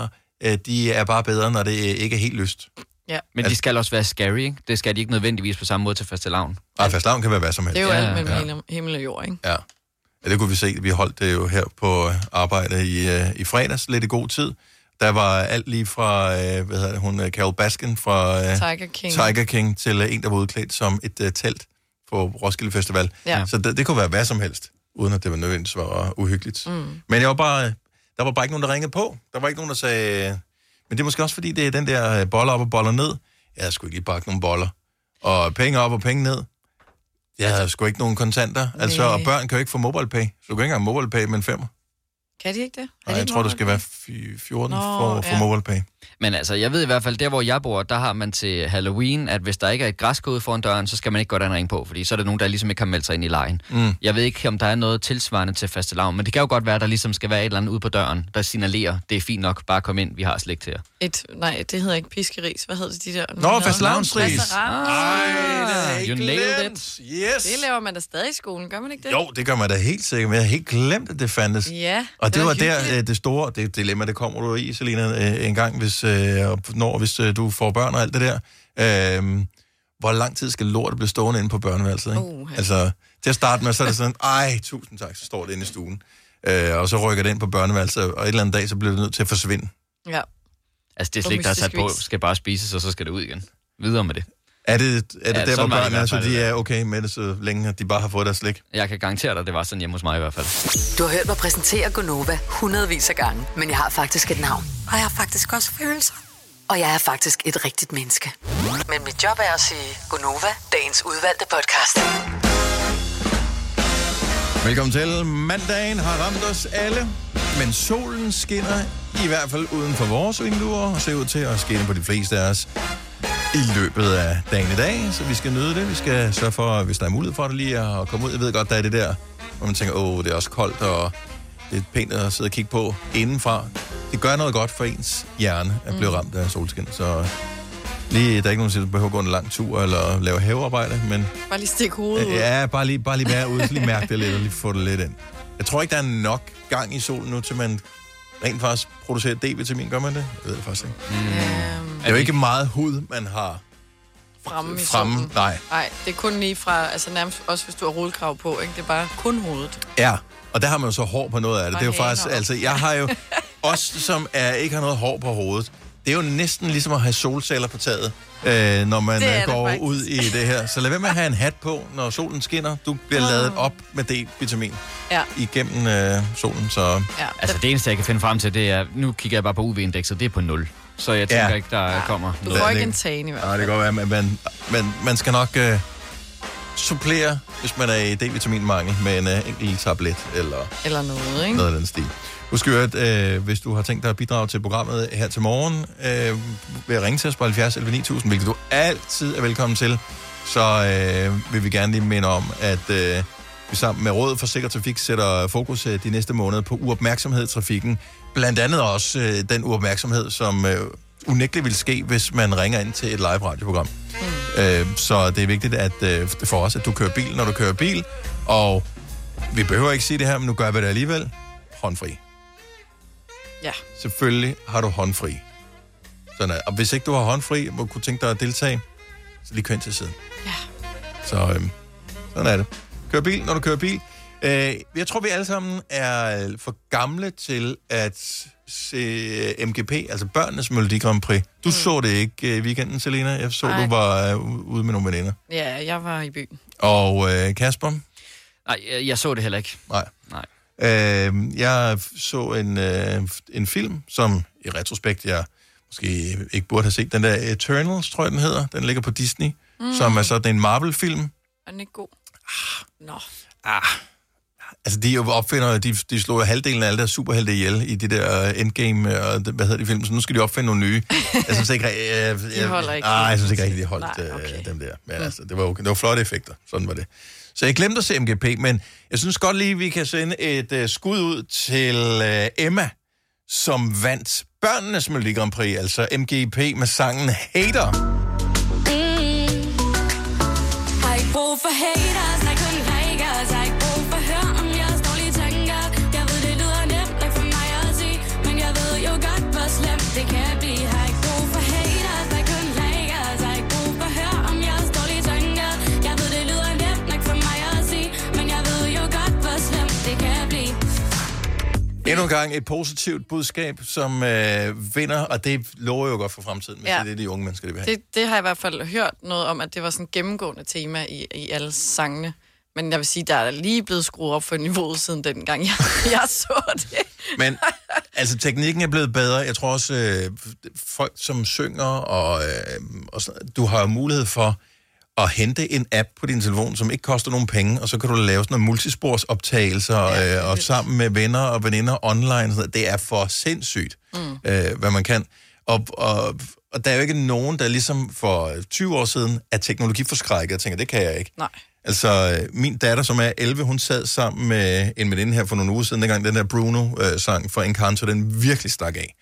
de er bare bedre, når det ikke er helt lyst. Ja. Men de skal også være scary, ikke? Det skal de ikke nødvendigvis på samme måde til fastelavn. Nej, fastelavn kan være hvad som helst. Det er jo alt mellem himmel og jord, ikke? Ja. Ja, det kunne vi se. Vi holdt det jo her på arbejde i fredags, lidt i god tid. Der var alt lige fra, Carol Baskin fra Tiger King til en, der var udklædt som et telt på Roskilde Festival. Ja. Så det kunne være hvad som helst, uden at det var nødvendigvis var uhyggeligt. Men der var bare ikke nogen, der ringede på. Der var ikke nogen, der sagde... Men det er måske også, fordi det er den der boller op og boller ned. Jeg skulle ikke lige bakke nogle boller. Og penge op og penge ned. Jeg havde sgu ikke nogen kontanter. Altså, og børn kan jo ikke få MobilePay. Så du kan ikke engang MobilePay med en 5'er. Kan de ikke det? Nej, jeg tror, det skal være 14 for MobilePay. Men altså, jeg ved i hvert fald, der hvor jeg bor, der har man til Halloween, at hvis der ikke er et græskar ude foran døren, så skal man ikke gå derind ringe på, fordi så er der nogen, der ligesom ikke har meldt sig ind i lejen. Jeg ved ikke, om der er noget tilsvarende til fastelavn, men det kan jo godt være, at der ligesom skal være et eller andet ude på døren, der signalerer, det er fint nok, bare kom ind, vi har slik til jer. Nej, det hedder ikke piskeris. Hvad hedder det, de der? Nå, fastelavnsris. You nailed it. Yes. Det laver man da stadig i skolen, gør man ikke det? Jo, det gør man da helt sikkert, men jeg har helt glemt, at det fandtes. Ja, og det var der det store dilemma, det kommer du i, Selina, en gang, hvis du får børn og alt det der. Hvor lang tid skal lortet blive stående inde på børneværelset, ikke? Altså, til at starte med, så er det sådan, tusind tak, så står det inde i stuen. Og så rykker det ind på børneværelset, og et eller andet dag, så bliver det nødt til at forsvinde. Ja. Altså, det er slik, der er sat på, skal bare spises, og så skal det ud igen. Videre med det. Er det der, hvor børnene så de er okay med det, så længe de bare har fået deres slik? Jeg kan garantere dig, det var sådan hjemme hos mig i hvert fald. Du har hørt mig præsentere Gonova hundredvis af gange, men jeg har faktisk et navn. Og jeg har faktisk også følelser. Og jeg er faktisk et rigtigt menneske. Men mit job er at sige Gonova, dagens udvalgte podcast. Velkommen til. Mandagen har ramt os alle, men solen skinner i hvert fald uden for vores vinduer og ser ud til at skinne på de fleste af os i løbet af dagen i dag, så vi skal nyde det. Vi skal sørge for, hvis der er mulighed for det lige at komme ud. Jeg ved godt, der er det der, hvor man tænker, det er også koldt, og det er pænt at sidde og kigge på indenfra. Det gør noget godt for ens hjerne at blive ramt af solskin, så lige, der er ikke nogen, der behøver at gå en lang tur eller lave havearbejde, men... Bare lige stikke hovedet ud. Ja, bare lige være ude, lige mærke det lidt og lige få det lidt ind. Jeg tror ikke, der er nok gang i solen nu, til man rent faktisk producerer D-vitamin. Gør man det? Jeg ved det faktisk ikke. Det er jo ikke meget hud, man har fremme i solen. Nej, det er kun lige fra, altså nærmest også hvis du har rodkrav på, ikke? Det er bare kun hovedet. Ja, og der har man jo så hår på noget af det. Det er jo faktisk, altså jeg har jo, os som ikke har noget hår på hovedet, det er jo næsten ligesom at have solceller på taget, når man går ud i det her. Så lad være med at have en hat på, når solen skinner. Du bliver ladet op med D-vitamin igennem solen. Så. Ja. Altså det eneste, jeg kan finde frem til, det er, nu kigger jeg bare på UV-indekset, det er på 0. Så jeg tænker ikke, der kommer noget. Du får ikke en tan i hvert fald. Nej, det kan godt være, men man skal nok supplere, hvis man er i D-vitaminmangel, med en enkelt tablet eller noget, ikke? Noget af den stil. Husk at hvis du har tænkt dig at bidrage til programmet her til morgen, ved at ringe til os på 70 11 9000, hvilket du altid er velkommen til, så vil vi gerne lige minde om, at vi sammen med Rådet for Sikker Trafik sætter fokus de næste måneder på uopmærksomhed i trafikken. Blandt andet også den uopmærksomhed, som unægteligt vil ske, hvis man ringer ind til et live-radioprogram. Så det er vigtigt at for os, at du kører bil, når du kører bil, og vi behøver ikke sige det her, men nu gør vi det alligevel. Håndfri. Ja. Selvfølgelig har du håndfri. Sådan, og hvis ikke du har håndfri, må kunne tænke dig at deltage, så lige kør ind til siden. Ja. Så sådan er det. Kør bil, når du kører bil. Jeg tror, vi alle sammen er for gamle til at se MGP, altså børnenes Melodi Grand Prix. Du så det ikke i weekenden, Selina. Jeg så, du var ude med nogle veninder. Ja, jeg var i byen. Og Kasper? Nej, jeg så det heller ikke. Nej. Jeg så en film, som i retrospekt, jeg måske ikke burde have set. Den der Eternals, tror jeg, den hedder. Den ligger på Disney, som er sådan en Marvel-film. Er den ikke god? Nå. Altså, de jo opfinder, de slog jo halvdelen af alle der superhelte ihjel i de der Endgame, og hvad hedder de film, så nu skal de opfinde nogle nye. Jeg synes ikke, de holder ikke. Jeg synes ikke rigtig, de holdt dem der. Men altså, det var okay. Det var flotte effekter, sådan var det. Så jeg glemte at se MGP, men jeg synes godt lige, vi kan sende et skud ud til Emma, som vandt børnenes Melodi Grand Prix, altså MGP med sangen Hater. Har ikke brug for haters, nej kun likers. Har ikke brug for at høre om jeres dårlige tanker. Jeg ved, det lyder nemt, ikke for mig at sige, men jeg ved jo godt, hvor slemt det kan Endnu en gang et positivt budskab, som vinder, og det lover jo godt for fremtiden, hvis det er de unge mennesker, det vil have. Det har jeg i hvert fald hørt noget om, at det var sådan et gennemgående tema i alle sangene. Men jeg vil sige, der er lige blevet skruet op for niveauet siden dengang, jeg så det. Men altså, teknikken er blevet bedre. Jeg tror også, folk som synger, og du har mulighed for at hente en app på din telefon, som ikke koster nogen penge, og så kan du lave sådan nogle multisporsoptagelser, og sammen med venner og veninder online. Så det er for sindssygt, hvad man kan. Og der er jo ikke nogen, der ligesom for 20 år siden er teknologiforskrækket og tænker, det kan jeg ikke. Nej. Altså, min datter, som er 11, hun sad sammen med en veninde her for nogle uger siden, dengang den der Bruno-sang for Encanto, den virkelig stak af.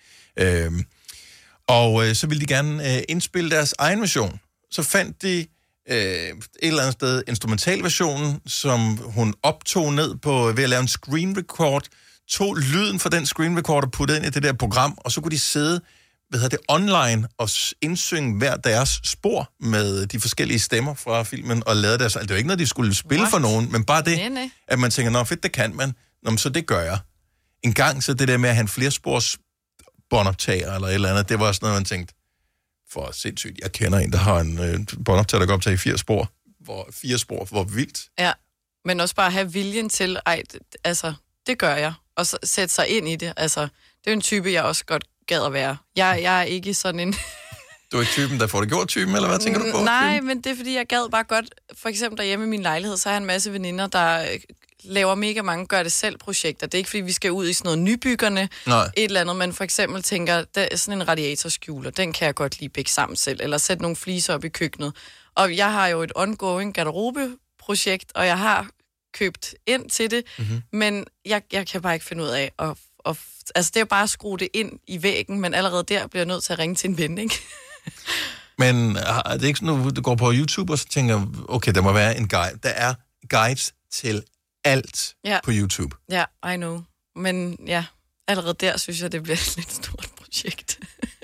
Og så ville de gerne indspille deres egen version. Så fandt de et eller andet sted instrumentalversionen, som hun optog ned på ved at lave en screen record, tog lyden fra den screen record og puttede ind i det der program, og så kunne de sidde online og indsynge hver deres spor med de forskellige stemmer fra filmen og lave deres... Det var ikke noget, de skulle spille for nogen, men bare det, at man tænker, nå fedt, det kan man. Nå, så det gør jeg. En gang så det der med at have en flerspors båndoptager eller et eller andet, det var sådan noget, man tænkte, for sindssygt, jeg kender en, der har en båndoptager, der går optage 4 spor. 4 spor, hvor vildt. Ja, men også bare have viljen til, altså, det gør jeg, og så sætte sig ind i det. Altså, det er jo en type, jeg også godt gad at være. Jeg er ikke sådan en... Du er ikke typen, der får det gjort typen, eller hvad tænker du på? Nej, men det er fordi, jeg gad bare godt... For eksempel derhjemme i min lejlighed, så har jeg en masse veninder, der laver mega mange gør-det-selv-projekter. Det er ikke fordi, vi skal ud i sådan noget nybyggerne, et eller andet, men for eksempel tænker, der er sådan en radiatorskjuler, den kan jeg godt lige bække sammen selv, eller sætte nogle fliser op i køkkenet. Og jeg har jo et ongoing garderobeprojekt, og jeg har købt ind til det, men jeg kan bare ikke finde ud af at altså, det er jo bare at skrue det ind i væggen, men allerede der bliver jeg nødt til at ringe til en ven, ikke? Men er det ikke sådan, at du går på YouTube og så tænker, okay, der må være en guide. Der er guides til alt på YouTube. Ja, I know. Men ja, allerede der synes jeg, det bliver et lidt stort projekt.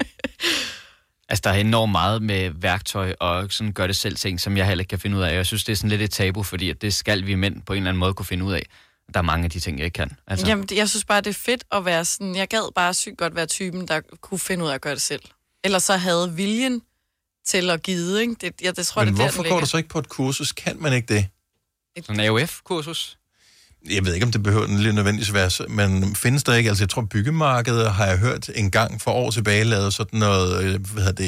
Altså, der er enormt meget med værktøj og sådan gør det selv ting, som jeg heller ikke kan finde ud af. Jeg synes, det er sådan lidt et tabu, fordi at det skal vi mænd på en eller anden måde kunne finde ud af. Der er mange af de ting, jeg ikke kan. Altså. Jamen, jeg synes bare, det er fedt at være sådan... Jeg gad bare sygt godt være typen, der kunne finde ud af at gøre det selv. Eller så havde viljen til at give, ikke? Det tror, men det hvorfor går du så ikke på et kursus? Kan man ikke det? En AOF-kursus? Jeg ved ikke, om det behøver den lige nødvendigvis være, men findes der ikke? Altså, jeg tror, byggemarkedet har jeg hørt en gang for år tilbage lavet sådan noget,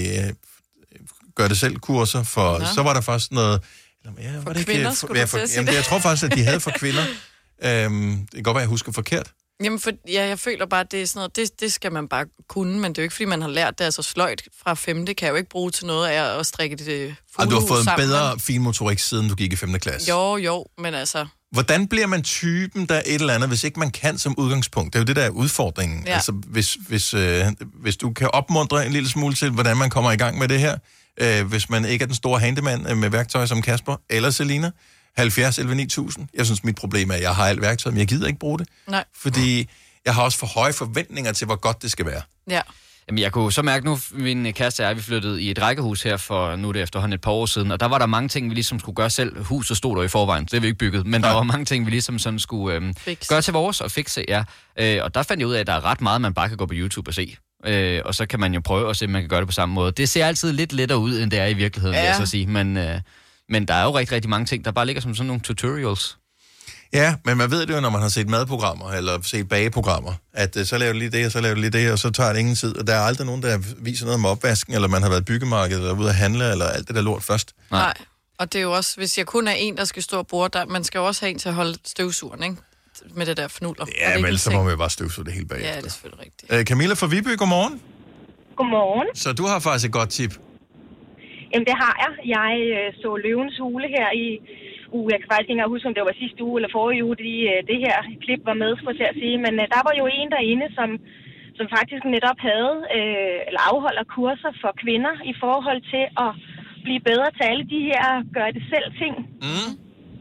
gør det selv kurser, for så var der faktisk noget... For var det kvinder, skulle du til at sige det? Jeg tror faktisk, at de havde for kvinder. Det kan godt være, jeg husker forkert. Jamen, jeg føler bare, at det er sådan noget, det skal man bare kunne, men det er jo ikke, fordi man har lært det. Altså, sløjt fra 5. kan jeg jo ikke bruge til noget af at strikke det fuglehus sammen. Du har fået en bedre finmotorik, siden du gik i 5. klasse. Jo, men altså... Hvordan bliver man typen, der et eller andet, hvis ikke man kan som udgangspunkt? Det er jo det, der er udfordringen. Ja. Altså, hvis du kan opmuntre en lille smule til, hvordan man kommer i gang med det her, hvis man ikke er den store handyman med værktøj som Kasper eller Selina, 70 11 9000. Jeg synes, mit problem er, at jeg har alt værktøj, men jeg gider ikke bruge det. Nej. Fordi jeg har også for høje forventninger til, hvor godt det skal være. Ja. Jamen, jeg kunne så mærke nu, min kæreste og jeg, vi flyttede i et rækkehus her for nu det efterhånden et par år siden, og der var der mange ting, vi ligesom skulle gøre selv. Huset stod der i forvejen, det er vi ikke bygget, men der var mange ting, vi ligesom sådan skulle gøre til vores og fikse, ja. Og der fandt jeg ud af, at der er ret meget, man bare kan gå på YouTube og se. Og så kan man jo prøve at se, om man kan gøre det på samme måde. Det ser altid lidt lettere ud, end det er i virkeligheden, vil jeg så sige. Men der er jo rigtig, rigtig mange ting, der bare ligger som sådan nogle tutorials. Ja, men man ved det jo, når man har set madprogrammer, eller set bageprogrammer, at så laver du lige det, og så laver du lige det, og så tager det ingen tid. Og der er aldrig nogen, der viser noget om opvasken, eller man har været i byggemarkedet, eller ude at handle, eller alt det der lort først. Nej, og det er jo også, hvis jeg kun er en, der skal stå og borde, der, man skal jo også have en til at holde støvsugeren, ikke? Med det der fnuller. Ja, men så må man jo bare støvsuge det hele bagefter. Ja, det er selvfølgelig rigtigt. Camilla fra Viby, godmorgen. Godmorgen. Så du har faktisk et godt tip. Jamen, det har jeg. Jeg så Løvens Hule her i uge. Jeg kan faktisk ikke engang huske, om det var sidste uge eller forrige uge, det her klip var med, for at sige. Men der var jo en derinde, som faktisk netop havde, eller afholder kurser for kvinder i forhold til at blive bedre til alle de her gør-det-selv-ting. Mm.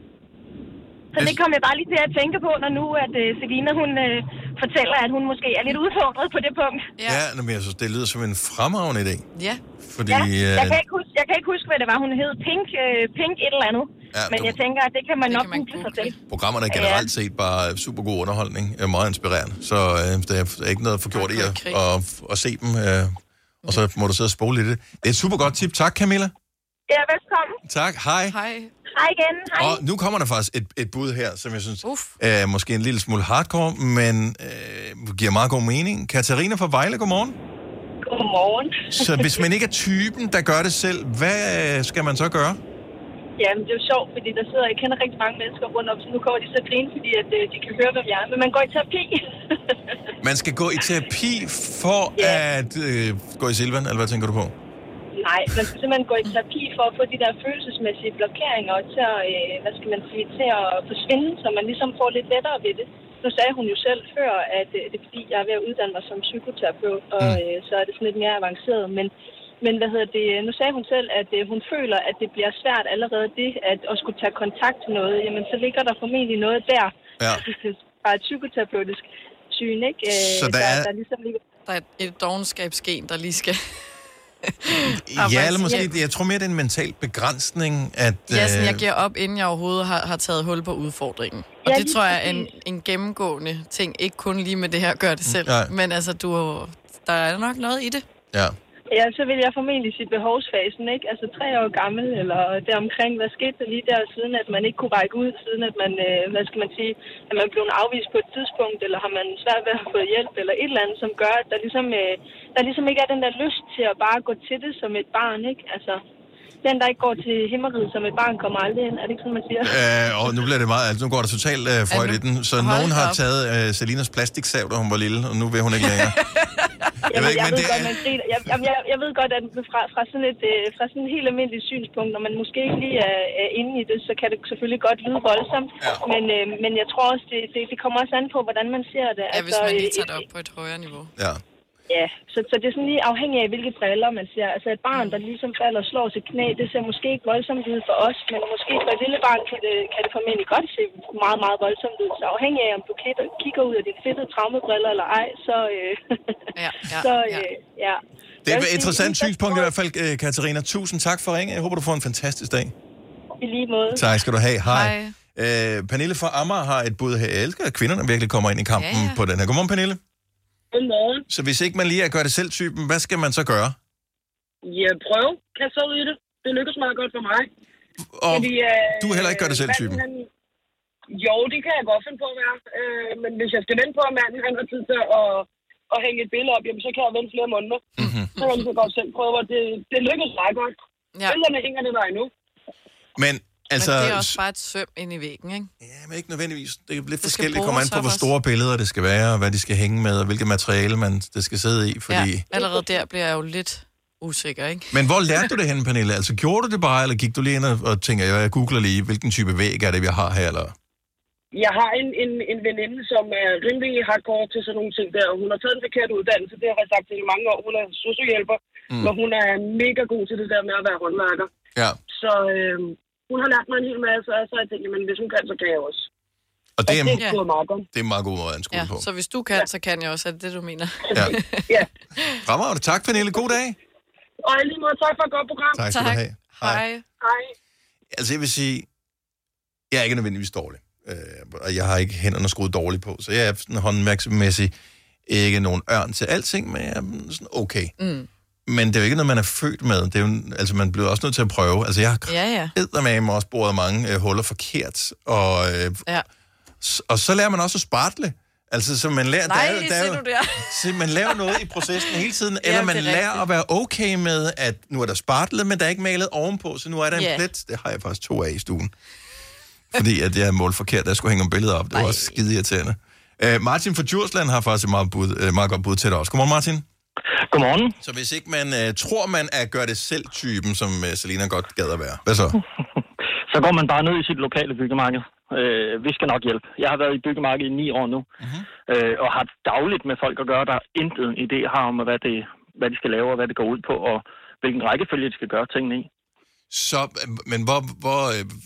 Så det kom jeg bare lige til at tænke på, når nu at Selina, hun fortæller, at hun måske er lidt udfordret på det punkt. Ja, men jeg synes, det lyder som en fremragende idé. Ja. Fordi, jeg kan ikke huske, hvad det var, hun hed. Pink et eller andet. Ja, Men jeg tænker, at det kan man nok google sig til. Programmerne er generelt set bare super god underholdning. Meget inspirerende. Så der er ikke noget forgjort i at se dem. Og så må du sidde og spole i det. Det er et super godt tip. Tak, Camilla. Ja, velkommen. Tak. Hej. Hej. Hej igen. Hej. Og nu kommer der faktisk et bud her, som jeg synes er måske en lille smule hardcore, men giver meget god mening. Katarina fra Vejle, godmorgen. Godmorgen. Så hvis man ikke er typen, der gør det selv, hvad skal man så gøre? Jamen, det er jo sjovt, fordi jeg kender rigtig mange mennesker rundt om, så nu kommer de så at grine, fordi at, de kan høre, hvem jeg er. Men man går i terapi. Man skal gå i terapi for at gå i Silvan, eller hvad tænker du på? Nej, man skal simpelthen gå i terapi for at få de der følelsesmæssige blokeringer til at, til at forsvinde, så man ligesom får lidt lettere ved det. Nu sagde hun jo selv før, at det er fordi, jeg er ved at uddanne mig som psykoterapeut, og så er det sådan lidt mere avanceret. Men nu sagde hun selv, at hun føler, at det bliver svært allerede det, at skulle tage kontakt til noget. Jamen, så ligger der formentlig noget der, fra et psykoterapeutisk syn, ikke? Så der ligesom ligger... Der er et dovenskabsgen, der lige skal... Ja, eller måske, jeg tror mere, det er en mental begrænsning, at... Ja, sådan jeg giver op, inden jeg overhovedet har taget hul på udfordringen. Og det tror jeg er en gennemgående ting, ikke kun lige med det her gør det selv, men altså, der er nok noget i det. Ja. Ja, så vil jeg formentlig sige behovsfasen, ikke? Altså 3 år gammel, eller deromkring, hvad skete der lige der, siden at man ikke kunne række ud, siden at man, at man blev afvist på et tidspunkt, eller har man svært ved at få hjælp, eller et eller andet, som gør, at der ligesom ikke er den der lyst til at bare gå til det som et barn, ikke? Altså, den, der ikke går til himmeriget som et barn, kommer aldrig ind. Er det ikke sådan, man siger? Og nu bliver det meget... Altså, nu går der totalt frøjt i den. Så nogen har taget Selinas plastiksav, da hun var lille, og nu vil hun ikke længere. Jeg ved godt, at fra sådan et helt almindeligt synspunkt, når man måske ikke lige er inde i det, så kan det selvfølgelig godt lyde voldsomt. Ja. Men jeg tror også, det kommer også an på, hvordan man ser det. Ja, hvis man lige tager det op på et højere niveau. Ja. Ja, så det er sådan lige afhængig af, hvilke briller man ser. Altså et barn, der ligesom falder og slår sit knæ, det ser måske ikke voldsomt ud for os, men måske for et lille barn kan det formentlig godt se meget, meget voldsomt ud. Så afhængig af, om du kigger ud af dine fedtede traumebriller eller ej, så... Det er et interessant synspunkt i hvert fald, Katarina. Tusind tak for ringen. Jeg håber, du får en fantastisk dag. I lige måde. Tak skal du have. Hej. Pernille fra Amager har et bud her. Jeg elsker, at kvinderne virkelig kommer ind i kampen på den her. Godmorgen, Pernille. Godmorgen. Så hvis ikke man lige er gør det selv typen, hvad skal man så gøre? Ja, prøv. Kan så ud i det. Det lykkes meget godt for mig. Og fordi, du heller ikke gør det selv typen? Jo, det kan jeg godt finde på at være. Men hvis jeg skal vente på, at manden han har tid til at hænge et billede op, jamen, så kan jeg vente flere måneder. Mm-hmm. Så kan jeg godt selv prøve, og det lykkes meget godt. Ja. Billederne hænger det der endnu. Men altså... Men det er også bare et søm ind i væggen, ikke? Ja, men ikke nødvendigvis. Det er lidt forskelligt. Det kommer an på, hvor store billeder det skal være, og hvad de skal hænge med, og hvilket materiale det skal sidde i, fordi... Ja, allerede der bliver jeg jo lidt usikker, ikke? Men hvor lærte du det henne, Pernille? Altså, gjorde du det bare, eller gik du lige ind og tænker, jeg googler lige, hvilken type væg er det, vi har her, eller... Jeg har en veninde, som er rimelig hardcore til sådan nogle ting der, og hun har taget en forkert uddannelse, det har jeg sagt til i mange år. Hun er sociohjælper, men hun er mega god til det der med at være håndværker. Ja. Så hun har lært mig en hel masse, og så har jeg tænkt, men hvis hun kan, så kan jeg også. Og det er meget godt. Det er en meget god måde at anskue på. Så hvis du kan, så kan jeg også. Er det det, du mener? Ja. Fremragende. Tak, Pernille. God dag. Og i lige måde, tak for et godt program. Tak skal du have. Hej. Hej. Altså, jeg vil sige, jeg er ikke nødvendigvis dårlig. Og jeg har ikke hænderne skruet dårligt på, så jeg er sådan håndværksmæssigt ikke nogen ørn til alting, men jeg er sådan okay. Men det er jo ikke noget, man er født med. Det er jo, altså, man bliver også nødt til at prøve. Altså, jeg har eddermame også boret mange huller forkert, og så lærer man også at spartle. Altså, så man lærer, man laver noget i processen hele tiden, eller man lærer at være okay med, at nu er der spartlet, men der er ikke malet ovenpå, så nu er der en plet. Det har jeg faktisk 2 af i stuen. Fordi at jeg målte forkert, da jeg skulle hænge om billeder op. Det var også skide irriterende. Martin fra Djursland har faktisk et meget godt bud til dig også. Godmorgen, Martin. Godmorgen. Så hvis ikke man tror, man er gør det selv-typen, som Selina godt gad at være, hvad så? Så går man bare ned i sit lokale byggemarked. Vi skal nok hjælpe. Jeg har været i byggemarkedet i 9 år nu, og har dagligt med folk at gøre, der intet idé har om, hvad de skal lave, og hvad det går ud på, og hvilken rækkefølge de skal gøre tingene i. Så, men hvor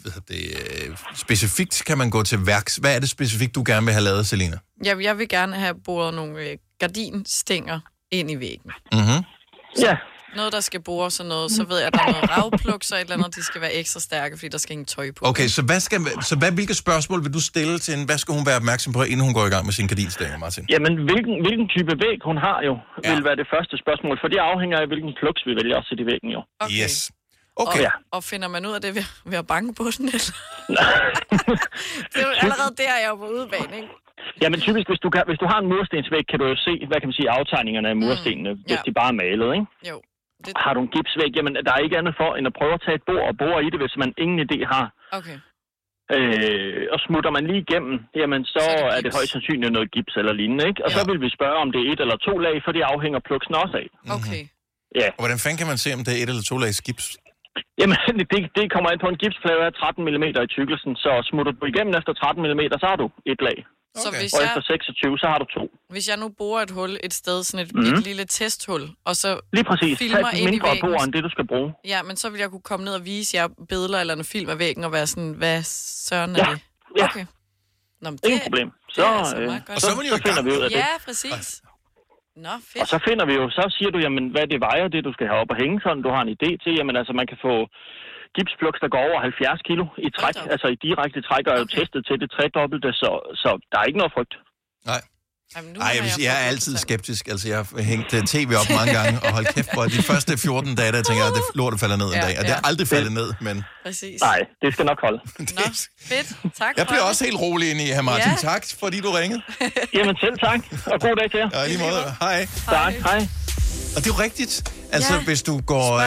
specifikt kan man gå til værks? Hvad er det specifikt, du gerne vil have lavet, Selina? Jeg vil gerne have boret nogle gardinstænger ind i væggen. Mm-hmm. Ja, noget, der skal bore sådan noget, så ved jeg, at der er noget ravpluk, så et eller andet, de skal være ekstra stærke, fordi der skal ingen tøj på. Okay, så hvilke spørgsmål vil du stille til hende? Hvad skal hun være opmærksom på, inden hun går i gang med sin gardinstænger, Martin? Jamen, hvilken type væg hun har jo, vil være det første spørgsmål, for det afhænger af, hvilken flux vi vælger at sætte i væggen jo. Okay. Yes. Okay. Og finder man ud af det ved at banke på den, eller? Det er jo allerede der, jeg er på udebane, ikke? Jamen typisk, hvis du har en murstensvæg, kan du jo se, hvad kan man sige, aftegningerne af murstenene, hvis de bare er malet, ikke? Jo. Har du en gipsvæg, jamen der er ikke andet for, end at prøve at tage et bord og bore i det, hvis man ingen idé har. Okay. Og smutter man lige igennem, jamen så er det højst sandsynligt noget gips eller lignende, ikke? Og så vil vi spørge, om det er 1 eller 2 lag, for det afhænger pluksen også af. Okay. Ja. Og hvordan fanden kan man se, om det er 1 eller 2 lags gips? Jamen, det kommer ind på en gipsplade af 13 mm i tykkelsen, så smutter du igennem efter 13 mm, så har du 1 lag. Så hvis og jeg, efter 26, så har du 2. Hvis jeg nu borer et hul et sted, sådan et lille testhul, og så lige præcis. filmer Tag ind i mindre væggen... bord, end det du skal bruge. Ja, men så vil jeg kunne komme ned og vise jer billeder eller en film af væggen, og være sådan, hvad søren er det? Ja. Okay. Nå, men ingen problem. Så, og så finder vi ud af det. Ja, præcis. Nå, fedt. Og så finder vi jo, så siger du, jamen, hvad det vejer, det du skal have op og hænge, sådan du har en idé til. Jamen, altså, man kan få gipspluks, der går over 70 kilo i træk, altså i direkte træk, og er jo testet til det tredobbelte, så der er ikke noget frygt. Nej. Jeg er altid skeptisk. Altså, jeg har hængt tv op mange gange, og holdt kæft for de første 14 dage, der tænker jeg, at det lortet falder ned en dag. Og det er aldrig faldet ned, men... Præcis. Nej, det skal nok holde. Nå, fedt. Tak. Jeg bliver også helt rolig inde i her, Martin. Ja. Tak, fordi du ringede. Jamen selv tak, og god dag til jer. Ja, lige måde. Hej. Tak, hej. Og det er jo rigtigt. Altså, hvis du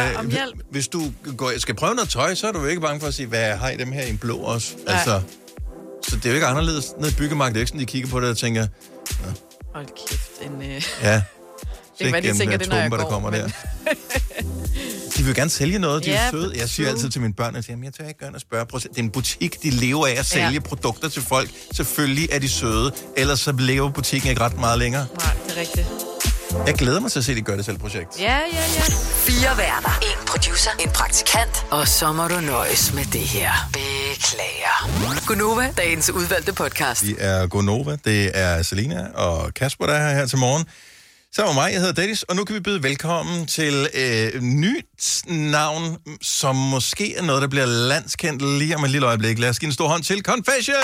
skal prøve noget tøj, så er du jo ikke bange for at sige, hvad har I dem her i en blå også? Altså, så det er jo ikke anderledes nede i byggemarkedet. Det er ikke sådan, de kigger på det og tænker... Ja. Hold kæft, Ja. Det er, hvad de tænker, det når jeg går. Der kommer der. De vil gerne sælge noget, de er søde. Jeg siger altid til mine børn, at jeg tør ikke gøre at spørge. Det er en butik, de lever af at sælge produkter til folk. Selvfølgelig er de søde, ellers så lever butikken ikke ret meget længere. Nej, det er rigtigt. Jeg glæder mig til at se, at de gør det selv projekt. Ja. 4 værter, 1 producer, 1 praktikant, og så må du nøjes med det her. Beklager. Gunova, dagens udvalgte podcast. Vi er Gunova, det er Selina og Kasper, der er her til morgen. Så er mig, jeg hedder Dennis, og nu kan vi byde velkommen til nyt navn, som måske er noget, der bliver landskendt lige om et lille øjeblik. Lad os give en stor hånd til Confession!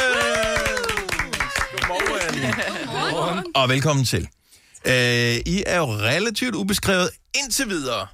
Godmorgen. Og velkommen til. I er jo relativt ubeskrevet indtil videre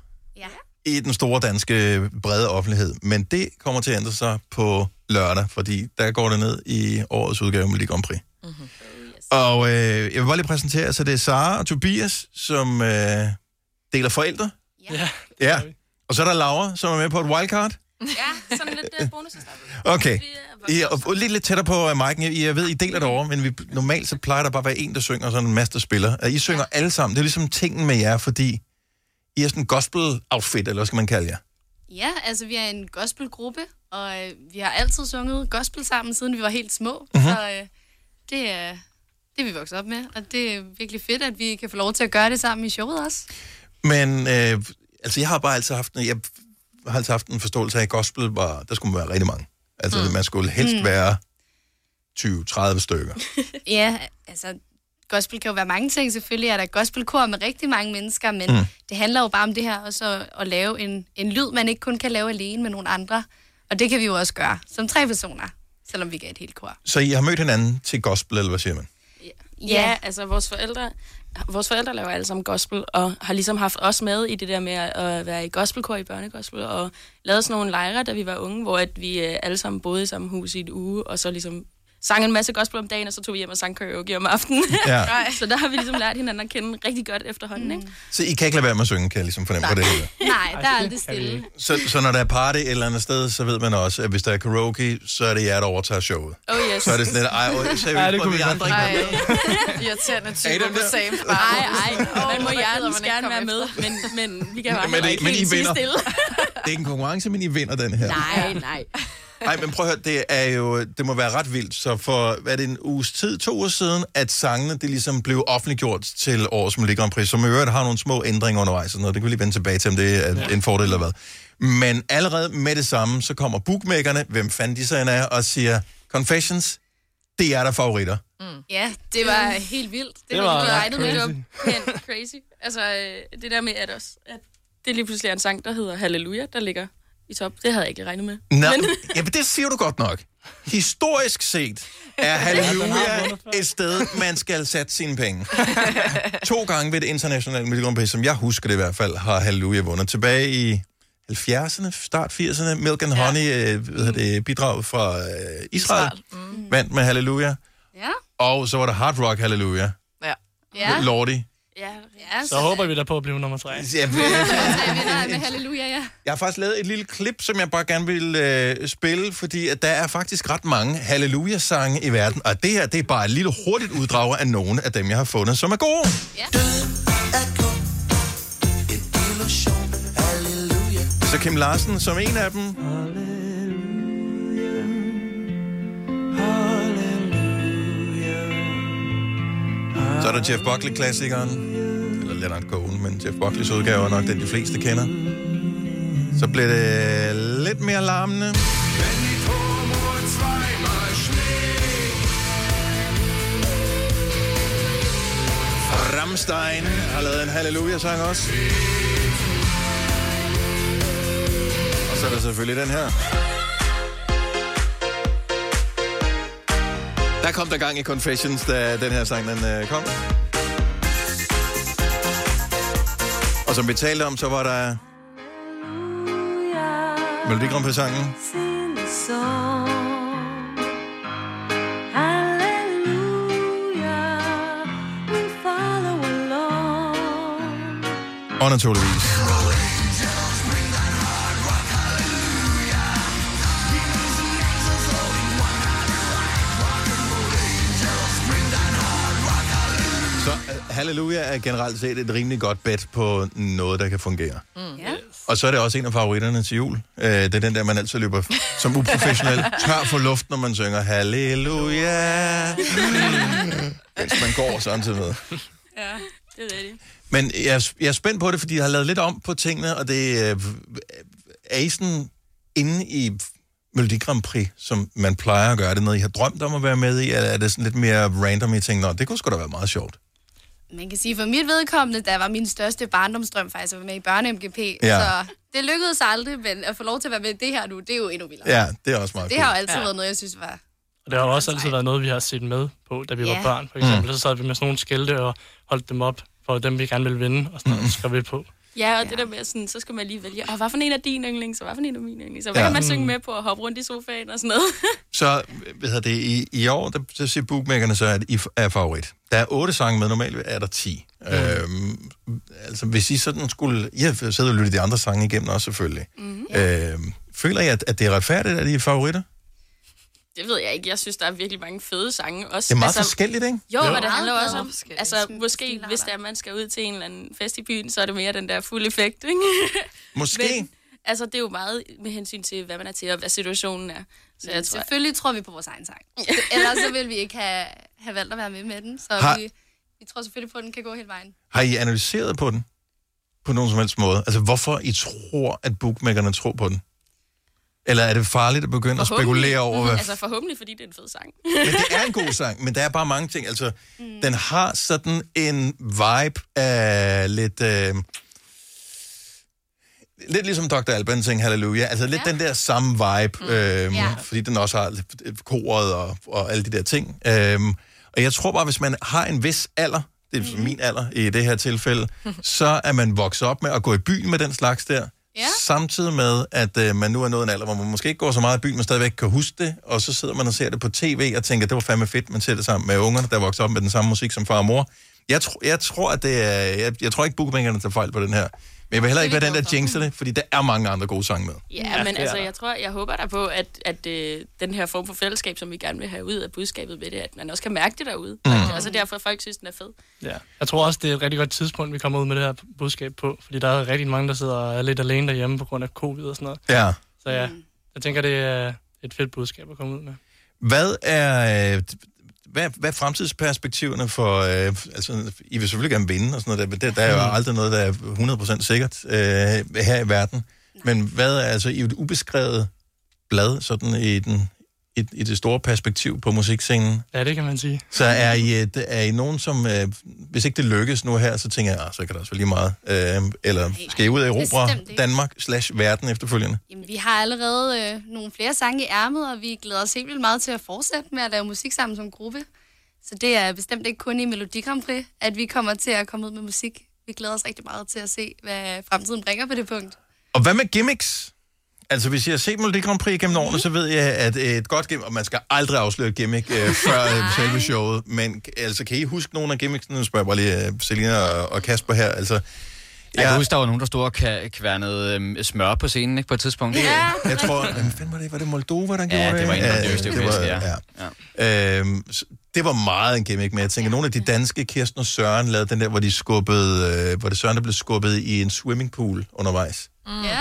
i den store danske brede offentlighed, men det kommer til at ændre sig på lørdag, fordi der går det ned i årets udgave med Melodi Grand Prix. Mm-hmm. Og jeg vil bare lige præsentere, så det er Sara og Tobias, som deler forældre. Ja. Og så er der Laura, som er med på et wildcard. Ja, sådan lidt bonus. Okay. I er lidt tættere på mic'en. Jeg ved, I deler det over, men normalt så plejer der bare at være en, der synger, og sådan en masse, der spiller. I synger alle sammen. Det er ligesom tingen med jer, fordi I er sådan en gospel-outfit, eller hvad skal man kalde jer? Ja, altså vi er en gospelgruppe, og vi har altid sunget gospel sammen, siden vi var helt små. Mm-hmm. Så det er vi vokset op med, og det er virkelig fedt, at vi kan få lov til at gøre det sammen i showet også. Men altså, jeg har bare altid haft en forståelse af, at gospel der skulle være rigtig mange. Altså, man skulle helst være 20-30 stykker. Ja, altså, gospel kan jo være mange ting. Selvfølgelig er der gospelkor med rigtig mange mennesker, men det handler jo bare om det her også at lave en lyd, man ikke kun kan lave alene med nogle andre. Og det kan vi jo også gøre som 3 personer, selvom vi ikke er et helt kor. Så I har mødt hinanden til gospel, eller hvad siger man? Ja, altså vores forældre laver alle sammen gospel, og har ligesom haft os med i det der med at være i gospelkor i børnegospel, og lavet sådan nogle lejre, da vi var unge, hvor at vi alle sammen boede i samme hus i 1 uge, og så ligesom sang en masse gospel om dagen, og så tog vi hjem og sang karaoke om aftenen. Ja. Så der har vi ligesom lært hinanden at kende rigtig godt efterhånden, ikke? Så I kan ikke lade være med at synge, kan jeg ligesom fornemme på det hele? Nej, der er aldrig stille. Så når der er party et eller andet sted, så ved man også, at hvis der er karaoke, så er det jer, der overtager showet. Oh yes. Så er det sådan lidt, seriøst, hvor vi andre ikke være med. Irriterende typer på same. Man må gerne være med, men vi kan bare ikke helt sige stille. Det er ikke en konkurrence, men I vinder den her. Nej. Nej, men prøv at høre, det må være ret vildt. Så for, hvad er det, en uges tid, 2 uger siden, at sangene, det ligesom blev offentliggjort til årets Melodi Grand Prix, som i øvrigt har nogle små ændringer undervejs, og noget. Det kan vi lige vende tilbage til, om det er en fordel eller hvad. Men allerede med det samme, så kommer bookmakerne, hvem fanden de så end er, og siger, Confessions, det er der favoritter. Ja, det var helt vildt. Det var regnet med, det var crazy. Altså, det der med, at det lige pludselig er en sang, der hedder Halleluja, der ligger i top. Det havde jeg ikke regnet med. Nå, men det siger du godt nok. Historisk set er Halleluja et sted, man skal sætte sine penge. 2 gange ved det internationale Melodi Grand Prix, som jeg husker det i hvert fald, har Halleluja vundet. Tilbage i 70'erne, start 80'erne, Milk and Honey, bidrag fra Israel, vandt med Halleluja. Ja. Og så var der Hard Rock Halleluja. Ja. Lordi. Ja, så håber vi da på at blive nummer 3. Med Halleluja, ja. Jeg har faktisk lavet et lille klip, som jeg bare gerne vil spille, fordi at der er faktisk ret mange Halleluja-sange i verden, og det her, det er bare et lille hurtigt uddrag af nogle af dem, jeg har fundet, som er gode. Ja. Så Kim Larsen som en af dem. Så er der Jeff Buckley-klassikeren, eller Leonard Cohen, men Jeff Buckleys udgave er nok den, de fleste kender. Så bliver det lidt mere larmende. Rammstein har lavet en Halleluja-sang også. Og så er der selvfølgelig den her. Der kom der gang i Confessions, da den her sang den kom. Og som vi talte om, så var der Melodi Grand Prix-sangen. Og naturligvis Halleluja er generelt set et rimelig godt bet på noget, der kan fungere. Ja. Og så er det også en af favoritterne til jul. Det er den der, man altid løber som uprofessionel tør for luft, når man synger Halleluja. Mens man går samtidig med. Ja, det er det. Men jeg er spændt på det, fordi jeg har lavet lidt om på tingene, og det er I sådan inde i Melodi Grand Prix, som man plejer at gøre. Det noget, I har drømt om at være med i, eller er det sådan lidt mere random, I tænker, det kunne sgu da være meget sjovt? Man kan sige, for mit vedkommende, der var min største barndomsdrøm faktisk at være med i børne-MGP. Ja. Så det lykkedes aldrig, men at få lov til at være med i det her nu, det er jo endnu vildere. Ja, det er også meget Det har jo altid været noget, jeg synes var... Og det har jo også altid været noget, vi har set med på, da vi var børn, for eksempel. Så sad vi med sådan nogle skilte og holdt dem op for dem, vi gerne ville vinde, og sådan noget, skrev vi på. Ja, og det der med sådan, så skal man lige vælge, hvad for en af din yndlings, og hvad for en af min yndlings, så hvad kan man synge med på og hoppe rundt i sofaen og sådan noget. Så, i år, der siger bookmakerne så, at I er favorit. Der er 8 sange med, normalt er der 10. Altså, hvis I sådan skulle... I har siddet og lyttet de andre sange igennem også, selvfølgelig. Føler I, at det er retfærdigt, at I er favoritter? Det ved jeg ikke. Jeg synes, der er virkelig mange fede sange. Også, det er meget forskelligt, ikke? Jo, og det handler også om... Altså, måske, hvis der man skal ud til en eller anden fest i byen, så er det mere den der fuld effekt, ikke? Måske. Men, altså, det er jo meget med hensyn til, hvad man er til, og hvad situationen er. Så jeg tror, selvfølgelig tror vi på vores egen sang. Ellers så vil vi ikke have valgt at være med den. Så vi tror selvfølgelig på, at den kan gå hele vejen. Har I analyseret på den? På nogen som helst måde? Altså, hvorfor I tror, at bookmakerne tror på den? Eller er det farligt at begynde at spekulere over, hvad... Altså forhåbentlig, fordi det er en fed sang. Men det er en god sang, men der er bare mange ting. Altså, den har sådan en vibe af lidt... lidt ligesom Dr. Alban sang Halleluja. Altså lidt den der samme vibe, fordi den også har koret og alle de der ting. Og jeg tror bare, hvis man har en vis alder, det er min alder i det her tilfælde, så er man vokset op med at gå i byen med den slags der. Ja. Samtidig med, at man nu er nået en alder, hvor man måske ikke går så meget i byen, men stadigvæk kan huske det, og så sidder man og ser det på tv og tænker, det var fandme fedt, man ser det sammen med ungerne, der vokser op med den samme musik som far og mor. Jeg tror, at det er... Jeg tror ikke, bookmakerne tager fejl på den her. Men jeg vil heller ikke være den, der jinxer det, fordi der er mange andre gode sange med. Ja, men altså, jeg håber der på, at den her form for fællesskab, som vi gerne vil have ud af budskabet ved det, at man også kan mærke det derude. Altså derfor, at folk synes, den er fed. Ja. Jeg tror også, det er et rigtig godt tidspunkt, vi kommer ud med det her budskab på, fordi der er rigtig mange, der sidder og er lidt alene derhjemme på grund af covid og sådan noget. Ja. Så ja, jeg tænker, det er et fedt budskab at komme ud med. Hvad er fremtidsperspektiverne for... altså, I vil selvfølgelig gerne vinde og sådan noget der. Der er jo aldrig noget, der er 100% sikkert her i verden. Men hvad er altså i et ubeskrevet blad sådan i i det store perspektiv på musikscenen? Ja, det kan man sige. Så er I nogen, som, hvis ikke det lykkes nu her, så tænker jeg, så kan der også være lige meget. Eller skal I ud af Europa, Danmark/verden efterfølgende? Jamen, vi har allerede nogle flere sange i ærmet, og vi glæder os helt vildt meget til at fortsætte med at lave musik sammen som gruppe. Så det er bestemt ikke kun i Melodi Grand Prix, at vi kommer til at komme ud med musik. Vi glæder os rigtig meget til at se, hvad fremtiden bringer på det punkt. Og hvad med gimmicks? Altså, hvis jeg har set Melodi Grand Prix gennem årene, så ved jeg, at et godt gimmick, og man skal aldrig afsløre et gimmick før selve showet, men altså, kan I huske nogle af gimmicksene? Nu spørger jeg bare lige Selina og Kasper her. Altså, jeg kan huske, der var nogen, der stod og kværnede smør på scenen, ikke, på et tidspunkt. Ja, jeg tror, hvad fanden var det? Var det Moldova, der gjorde det? Ja, det var en af de østeuropæiske, ja. Det var meget en gimmick, men jeg tænker, nogle af de danske, Kirsten og Søren, lavede den der, hvor de skubbede, hvor det Søren, der blev skubbet i en swimmingpool undervejs.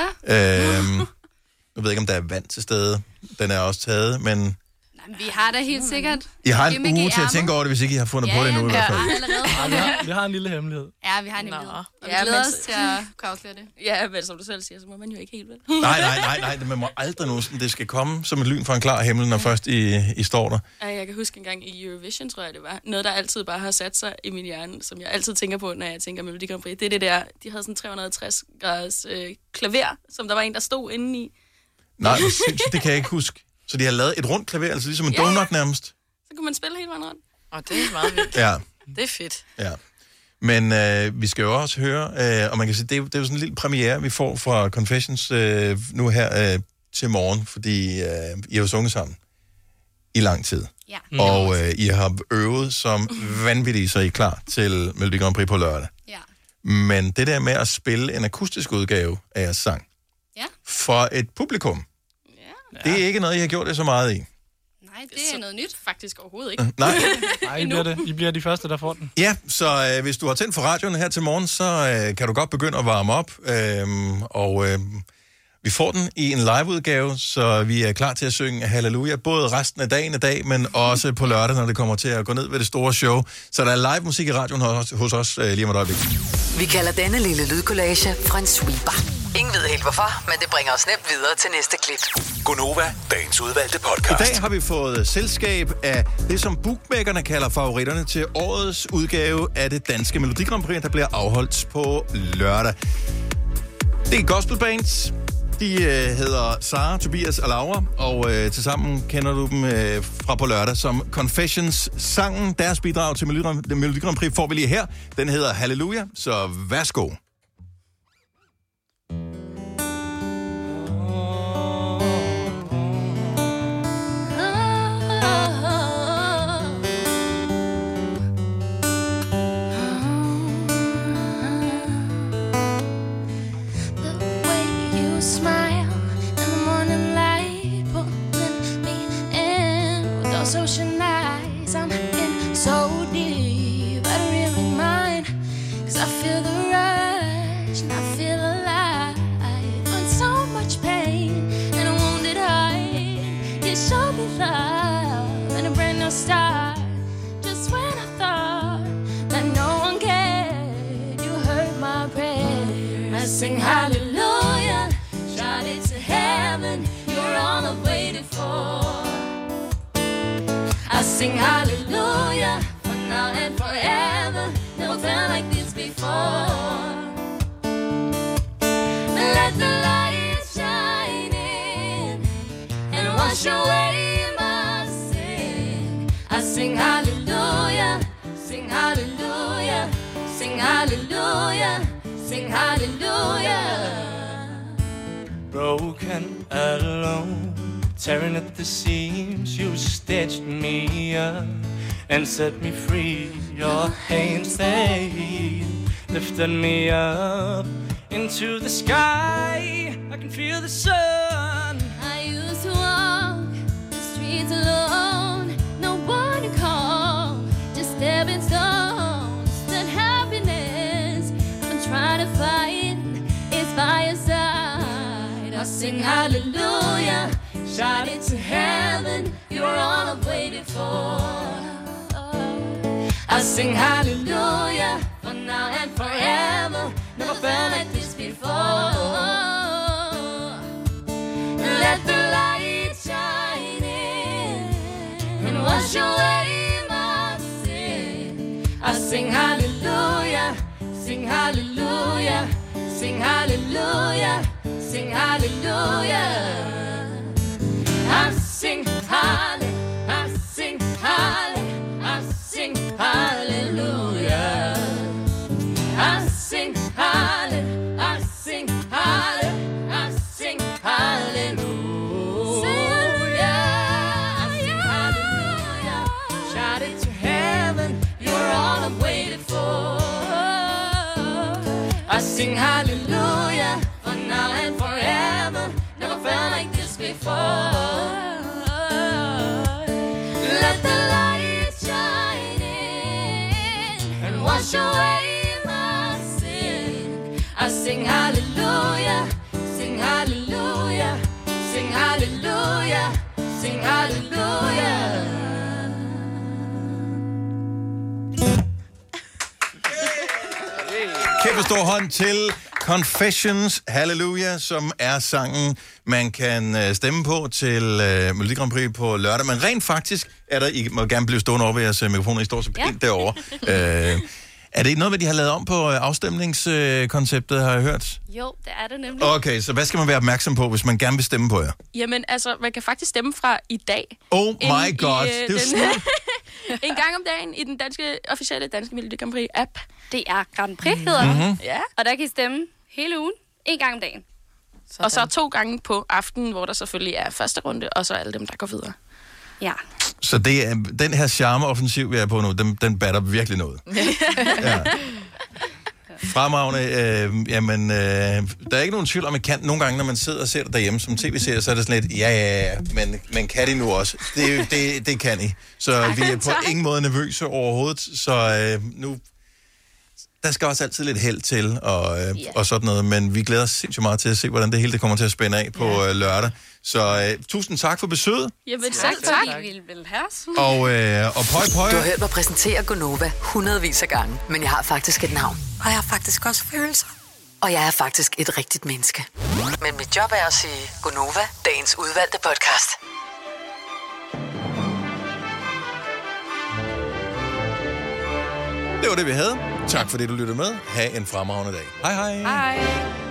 Ja. Jeg ved ikke, om der er vand til stede. Den er også taget, men... Nej, vi har da helt sikkert... I har en uge til at tænke over det, hvis ikke I har fundet på det endnu i hvert fald. Vi har en lille hemmelighed. Ja, vi har en hemmelighed. Og vi glæder os til at kunne afsløre det. Ja, men som du selv siger, så må man jo ikke helt vel. Nej, man må aldrig nu. Det skal komme som et lyn fra en klar himmel, når først I står der. Ja, jeg kan huske en gang i Eurovision, tror jeg det var. Noget, der altid bare har sat sig i min hjerne, som jeg altid tænker på, når jeg tænker Melodi Grand Prix. Det er det der, de havde sådan 360 graders klaver, som der var en, der stod inde i. Nej, det kan jeg ikke huske. Så de har lavet et rundt klaver, altså ligesom en donut nærmest. Så kan man spille hele vejen rundt. Og det er meget vildt. Ja. Det er fedt. Ja. Men vi skal jo også høre, og man kan sige, det er jo sådan en lille premiere, vi får fra Confessions nu her til morgen, fordi I har jo sunget sammen i lang tid. Ja. Og I har øvet som vanvittigt, så I er klar til Melodi Grand Prix på lørdag. Ja. Men det der med at spille en akustisk udgave af jeres sang for et publikum, det er ikke noget, I har gjort det så meget i. Nej, det er noget nyt. Faktisk overhovedet ikke. Nej. I bliver de første, der får den. Ja, så hvis du har tændt for radioen her til morgen, så kan du godt begynde at varme op. Vi får den i en liveudgave, så vi er klar til at synge Halleluja, både resten af dagen i dag, men også på lørdag, når det kommer til at gå ned ved det store show. Så der er live musik i radioen hos os lige om et øjeblik. Vi kalder denne lille lydkollage en sweeper. Ingen ved helt hvorfor, men det bringer os nemt videre til næste klip. Gonova, dagens udvalgte podcast. I dag har vi fået selskab af det, som bookmakerne kalder favoritterne til årets udgave af det danske Melodi Grand Prix, der bliver afholdt på lørdag. Det er gospel bands. De hedder Sara, Tobias og Laura, og tilsammen kender du dem fra på lørdag som Confessions. Sangen, deres bidrag til Melodi Grand Prix får vi lige her. Den hedder Halleluja, så værsgo. Ocean eyes, I'm in so deep, I don't really mind, 'cause I feel the rush and I feel alive, but so much pain and a wounded heart. You show me love and a brand new start, just when I thought that no one cared, you heard my prayer. I sing hallelujah, shout it to heaven, you're all I've waited for. I sing hallelujah, for now and forever. Never felt like this before. Let the light shine in and wash away my sin. I sing hallelujah, sing hallelujah, sing hallelujah, sing hallelujah. Broken, alone, tearing at the seams, you stitched me up and set me free. Your hands, they lifted me up into the sky. I can feel the sun. I used to walk the streets alone, no one to call, just stepping stones. That happiness I've been trying to find is by your side. I sing hallelujah, shout it to heaven, you're all I've waited for. I sing hallelujah, for now and forever. Never felt like this before. Let the light shine in wash away my sin. I sing hallelujah, sing hallelujah, sing hallelujah, sing hallelujah. I sing hallelujah, I sing hallelujah, I sing hallelujah. I sing hallelujah, I sing hallelujah, I sing hallelujah. I sing hallelujah. Shout it to heaven, you're all I've waited for. I sing hallelujah for now and forever. Never felt like this before. Let the light shine in and wash away my sin. I sing hallelujah, sing hallelujah, sing hallelujah, sing hallelujah. Kæmpe stor hånd til Confessions Hallelujah, som er sangen, man kan stemme på til Melodi Grand Prix på lørdag. Men rent faktisk er der, I må gerne blive stående over ved jeres mikrofoner, I står så pænt derovre. Er det ikke noget, hvad de har lavet om på afstemningskonceptet, har jeg hørt? Jo, det er det nemlig. Okay, så hvad skal man være opmærksom på, hvis man gerne vil stemme på jer? Jamen, altså, man kan faktisk stemme fra i dag. Oh my god, det er jo sådan. En gang om dagen i den officielle danske Melodi Grand Prix app. Det er Grand Prix, hedder den. Ja. Og der kan I stemme hele ugen, en gang om dagen. Sådan. Og så 2 gange på aftenen, hvor der selvfølgelig er første runde, og så alle dem, der går videre. Ja. Så det er, den her charmeoffensiv, vi er på nu, den batter virkelig noget. Ja. Fremragende. Der er ikke nogen tvivl om, at kan nogle gange, når man sidder og ser det derhjemme som tv-serie, så er det sådan lidt, ja, men kan de nu også? Det kan I. Så vi er på ingen måde nervøse overhovedet, så nu... Der skal også altid lidt held til og sådan noget, men vi glæder os sindssygt meget til at se, hvordan det hele det kommer til at spænde af på lørdag. Så tusind tak for besøget. Jamen tak. Vi vil have. Og pøj. Du har hørt mig præsentere Gonova hundredvis af gange, men jeg har faktisk et navn. Og jeg har faktisk også følelser. Og jeg er faktisk et rigtigt menneske. Men mit job er at sige Gonova, dagens udvalgte podcast. Det var det, vi havde. Tak fordi du lyttede med. Ha' en fremragende dag. Hej hej. Hej.